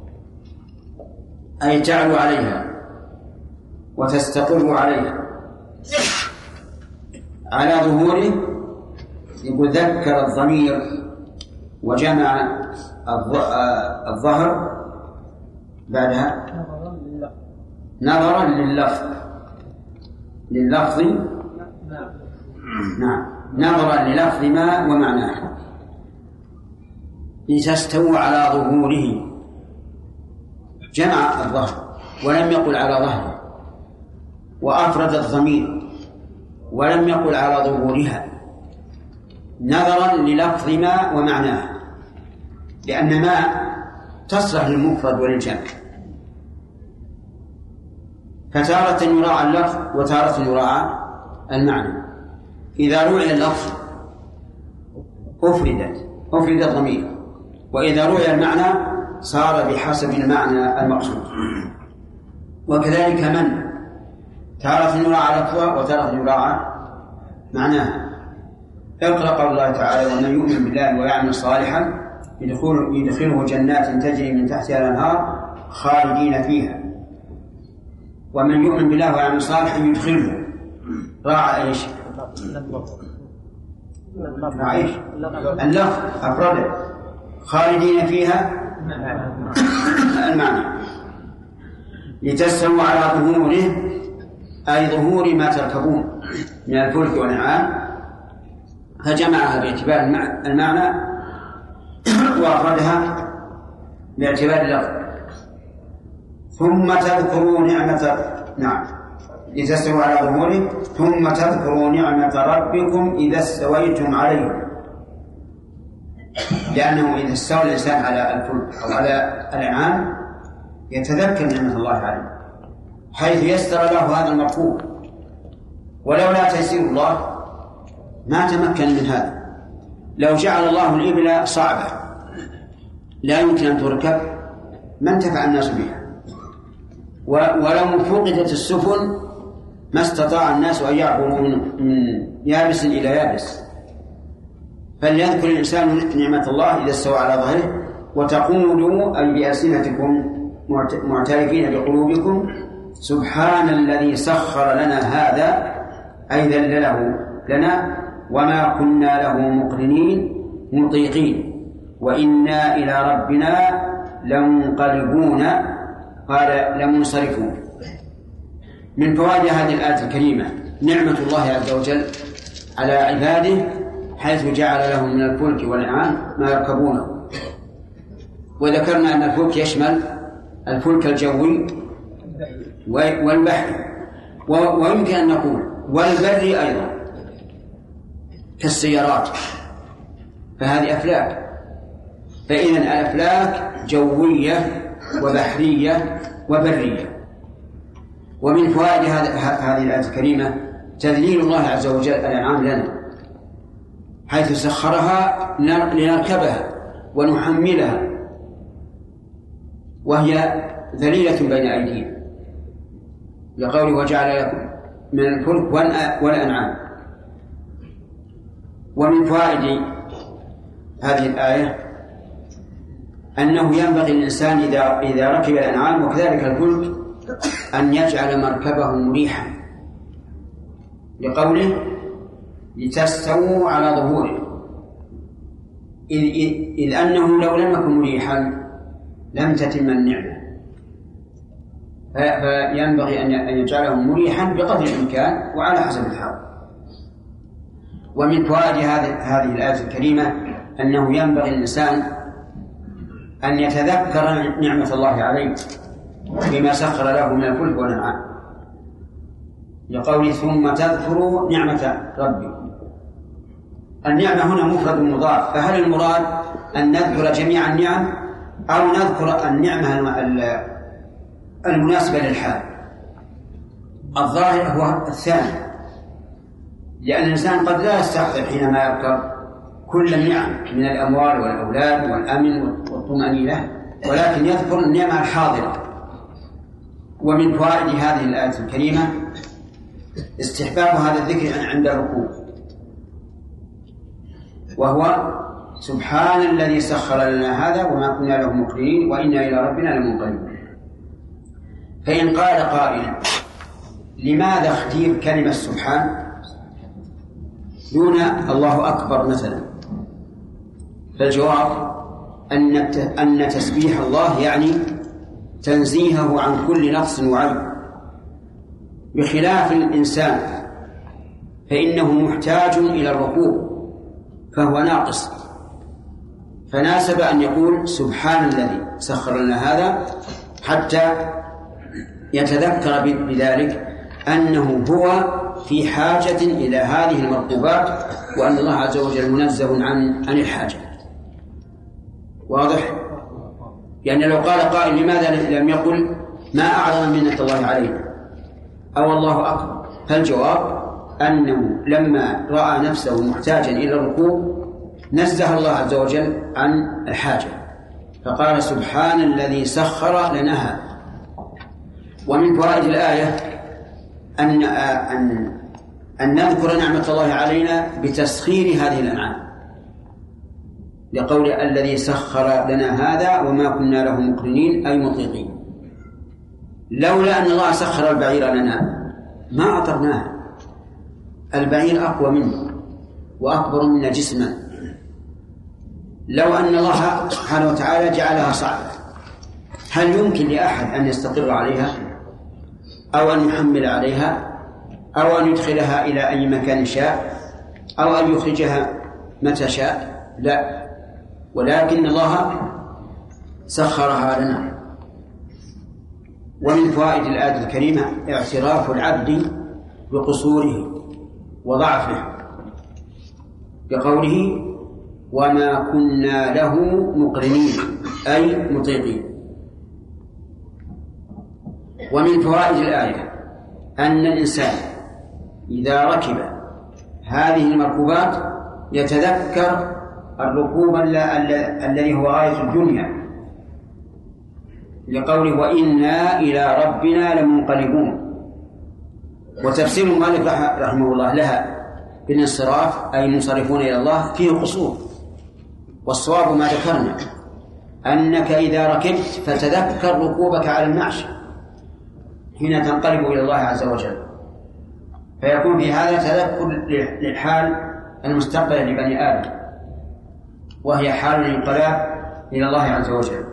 أي تعلو عليها وتستقر عليها. على ظهوره يقول ذكر الضمير وجمع الظهر بعدها نظرا لللفظ نعم نظرا للفظ ما ومعناه. لتستوى على ظهوره جمع الظهر ولم يقل على ظهره، وأفرد الضمير ولم يقل على ظهورها نظرا للفظ ما ومعناه، لأن ما تصلح للمفرد وللجمع، فتارة يراعى اللفظ وتارة يراعى المعنى. إذا روعي اللفظ أفرد الضمير، وإذا روعي المعنى صار بحسب المعنى المقصود. وكذلك من تارة يراعى لفظه وتارة يراعى معناه. اقرأ قول الله تعالى: ومن يؤمن بالله ويعمل صالحا يدخله جنات تجري من تحتها الأنهار خالدين فيها. ومن يؤمن بالله ويعمل صالحا يدخله راعى ايش؟ اللفظ أفرده، خالدين فيها المعنى. لتستووا على ظهوره أي ظهور ما تركبون من الفلك والأنعام، فجمعها باعتبار المعنى وأفردها باعتبار اللفظ. ثم تذكروا لتستووا على ظهوره ثم تذكروا نعمة ربكم إذا استويتم عليه، لأنه إذا استوى الإنسان على الفلك أو على الأنعام يتذكر نعمة الله عليه، حيث يسر له هذا المركوب. ولولا تيسير الله ما تمكن من هذا. لو جعل الله الإبل صعبة لا يمكن أن تركب ما انتفع الناس بها، ولو فقدت السفن ما استطاع الناس أن يعبروا من يابس إلى يابس. فليذكر الإنسان نعمة الله إذا استوى على ظهره، وتقولوا أي بألسنتكم معترفين بقلوبكم: سبحان الذي سخر لنا هذا، أي ذلله لنا وما كنا له مقرنين مطيقين وإنا إلى ربنا لمنقلبون، قال لمنصرفون. من فوائد هذه الآية الكريمة نعمة الله عز وجل على عباده، حيث جعل لهم من الفلك والأنعام ما يركبونه. وذكرنا أن الفلك يشمل الفلك الجوي والبحري، ويمكن أن نقول والبري أيضا كالسيارات، فهذه أفلاك. فإذن الأفلاك جوية وبحرية وبرية. ومن فوائد هذه الآية الكريمة تذليل الله عز وجل الأنعام لنا، حيث سخرها لنركبها ونحملها وهي ذليلة بين أيدينا، لقوله: وجعل لكم من الفلك والأنعام. ومن فوائد هذه الآية أنه ينبغي للإنسان إذا ركب الأنعام وكذلك الفلك أن يجعل مركبه مريحا، لقوله: لتستووا على ظهوره، إذ أنه لو لم يكن مريحا لم تتم النعمة، فينبغي أن يجعله مريحا بقدر الإمكان وعلى حسب الحال. ومن فوائد هذه الآية الكريمة أنه ينبغي الإنسان أن يتذكر نعمة الله عليه بما سخر له من الفلك والأنعام، لقوله: ثم تذكروا نعمة ربكم. النعمة هنا مفرد مضاف، فهل المراد أن نذكر جميع النعم أو نذكر النعمة المناسبة للحال؟ الظاهر هو الثاني، لأن الإنسان قد لا يستحضر حينما يركب كل النعم من الأموال والأولاد والأمن والطمأنينة، ولكن يذكر النعمة الحاضرة. ومن فوائد هذه الآية الكريمة استحباب هذا الذكر عند الركوع، وهو: سبحان الذي سخر لنا هذا وما كنا له مقرنين وإنا إلى ربنا لمنقلبون. فإن قال قائل: لماذا اختير كلمة سبحان دون الله أكبر مثلا؟ فالجواب أن تسبيح الله يعني تنزيهه عن كل نقص وعيب، بخلاف الإنسان فإنه محتاج إلى الركوع فهو ناقص، فناسب أن يقول: سبحان الذي سخر لنا هذا، حتى يتذكر بذلك أنه هو في حاجة إلى هذه المرغوبات، وأن الله عز وجل منزه عن الحاجة. واضح؟ يعني لو قال قائل لماذا لم يقل ما أعظم منة الله علينا أو الله أكبر، فالجواب أنه لما رأى نفسه محتاجا إلى الركوع نزه الله عز وجل عن الحاجة، فقال سبحان الذي سخر لنا هذا. ومن فوائد الآية أن نذكر نعمة الله علينا بتسخير هذه الأنعام، لقول الذي سخر لنا هذا وما كنا له مقرنين أي مطيقين. لولا أن الله سخر البعير لنا ما أطرناه، البعير أقوى منه وأكبر منا جسما. لو أن الله سبحانه وتعالى جعلها صعبة، هل يمكن لأحد أن يستقر عليها أو أن يحمل عليها أو أن يدخلها إلى أي مكان شاء أو أن يخرجها متى شاء؟ لا، ولكن الله سخرها لنا. ومن فوائد الآية الكريمة اعتراف العبد بقصوره وضعفه بقوله وما كنا له مقرنين أي مطيقين. ومن فوائد الآية أن الإنسان إذا ركب هذه المركوبات يتذكر الركوب الذي هو غاية الدنيا، لقوله وإنا إلى ربنا لمنقلبون. وتفسير المؤلف رحمه الله لها بالانصراف أي منصرفون إلى الله فيه قصور، والصواب ما ذكرنا أنك إذا ركبت فتذكر ركوبك على المعشى حين تنقلب إلى الله عز وجل، فيكون في هذا تذكر للحال المستقبل لبني آدم، وهي حال الانقلاب إلى الله عز وجل.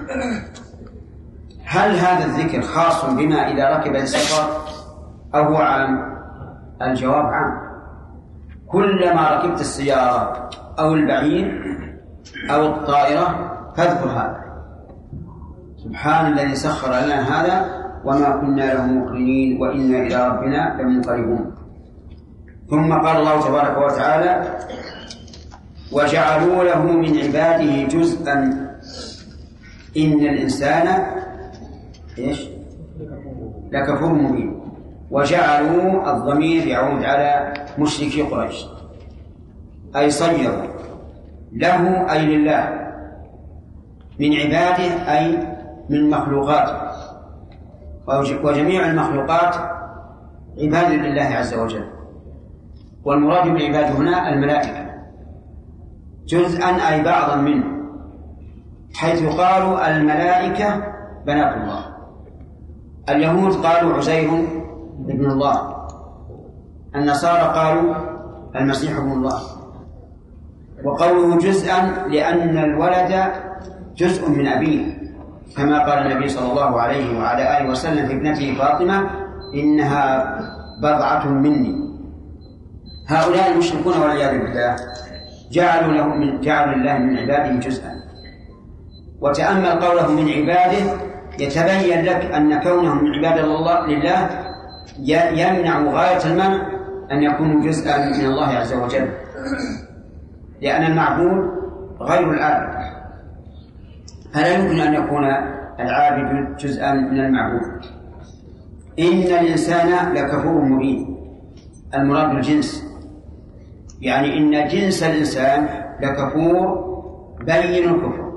هل هذا الذكر خاص بما إذا ركب السفر أو هو عام؟ الجواب عام، كلما ركبت السيارة أو البعير أو الطائرة فاذكر هذا سبحان الذي سخر لنا هذا وما كنا له مقرنين وإنا إلى ربنا لمنقلبون. ثم قال الله تبارك وتعالى وجعلوا له من عباده جزءا إن الإنسان لكفور مبين. وجعلوا الضمير يعود على مشركي قريش، أي صيروا له أي لله من عباده أي من مخلوقاته، وجميع المخلوقات عباد لله عز وجل، والمراد بالعباد هنا الملائكة، جزءا أي بعضا منه، حيث قالوا الملائكة بنات الله. اليهود قالوا عزير ابن الله، النصارى قالوا المسيح ابن الله. وقوله جزءا لأن الولد جزء من أبيه، كما قال النبي صلى الله عليه وعلى آله وسلم في ابنته فاطمة إنها بضعة مني. هؤلاء المشركون والعياذ بالله جعلوا الله من عباده جزءا. وتأمل قوله من عباده يتبين لك أن كونهم من عباد الله لله يمنع غاية المنع أن يكونوا جزءا من الله عز وجل، لأن المعبود غير العابد، فلا يمكن أن يكون العابد جزءا من المعبود. إن الإنسان لكفور مبين، المراد بالجنس، يعني إن جنس الإنسان لكفور بين الكفر.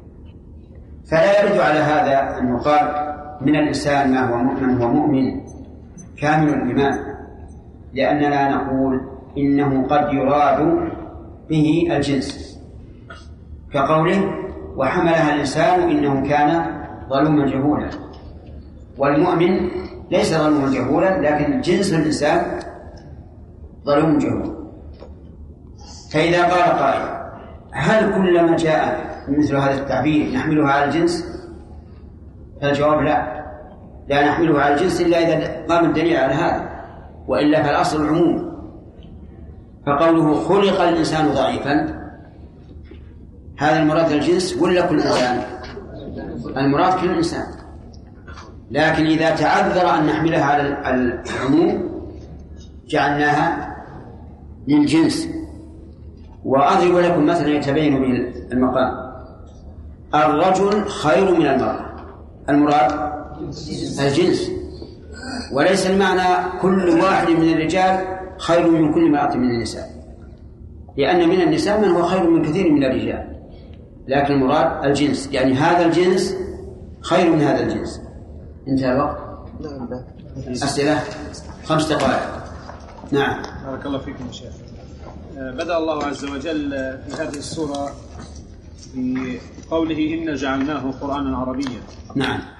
فلا يرد على هذا أن يقال من الإنسان ما هو مؤمن كامل الإيمان، لأننا نقول إنه قد يراد به الجنس، كقوله وحملها الإنسان إنه كان ظلوما جهولا. والمؤمن ليس ظلوما جهولا، لكن جنس الإنسان ظلوم جهول. فإذا قال قائل هل كلما جاء مثل هذا التعبير نحمله على الجنس؟ فالجواب لا نحمله على الجنس إلا إذا قام الدليل على هذا، وإلا فالأصل العموم. فقوله خلق الإنسان ضعيفا هذا المراد الجنس ولا كل إنسان؟ المراد كل إنسان، لكن إذا تعذر أن نحملها على العموم جعلناها للجنس. وأضرب لكم مثلا يتبين به المقام. الرجل خير من المرأة، المراد الجنس، وليس المعنى كل واحد من الرجال خير من كل امرأة من النساء، لأن من النساء من هو خير من كثير من الرجال، لكن المراد الجنس، يعني هذا الجنس خير من هذا الجنس. انتهى الوقت. أسئلة 5 دقائق. نعم. بارك الله فيكم يا شيخ. بدأ الله عز وجل في هذه السورة بقوله إنا جعلناه قرآنا عربيا. نعم.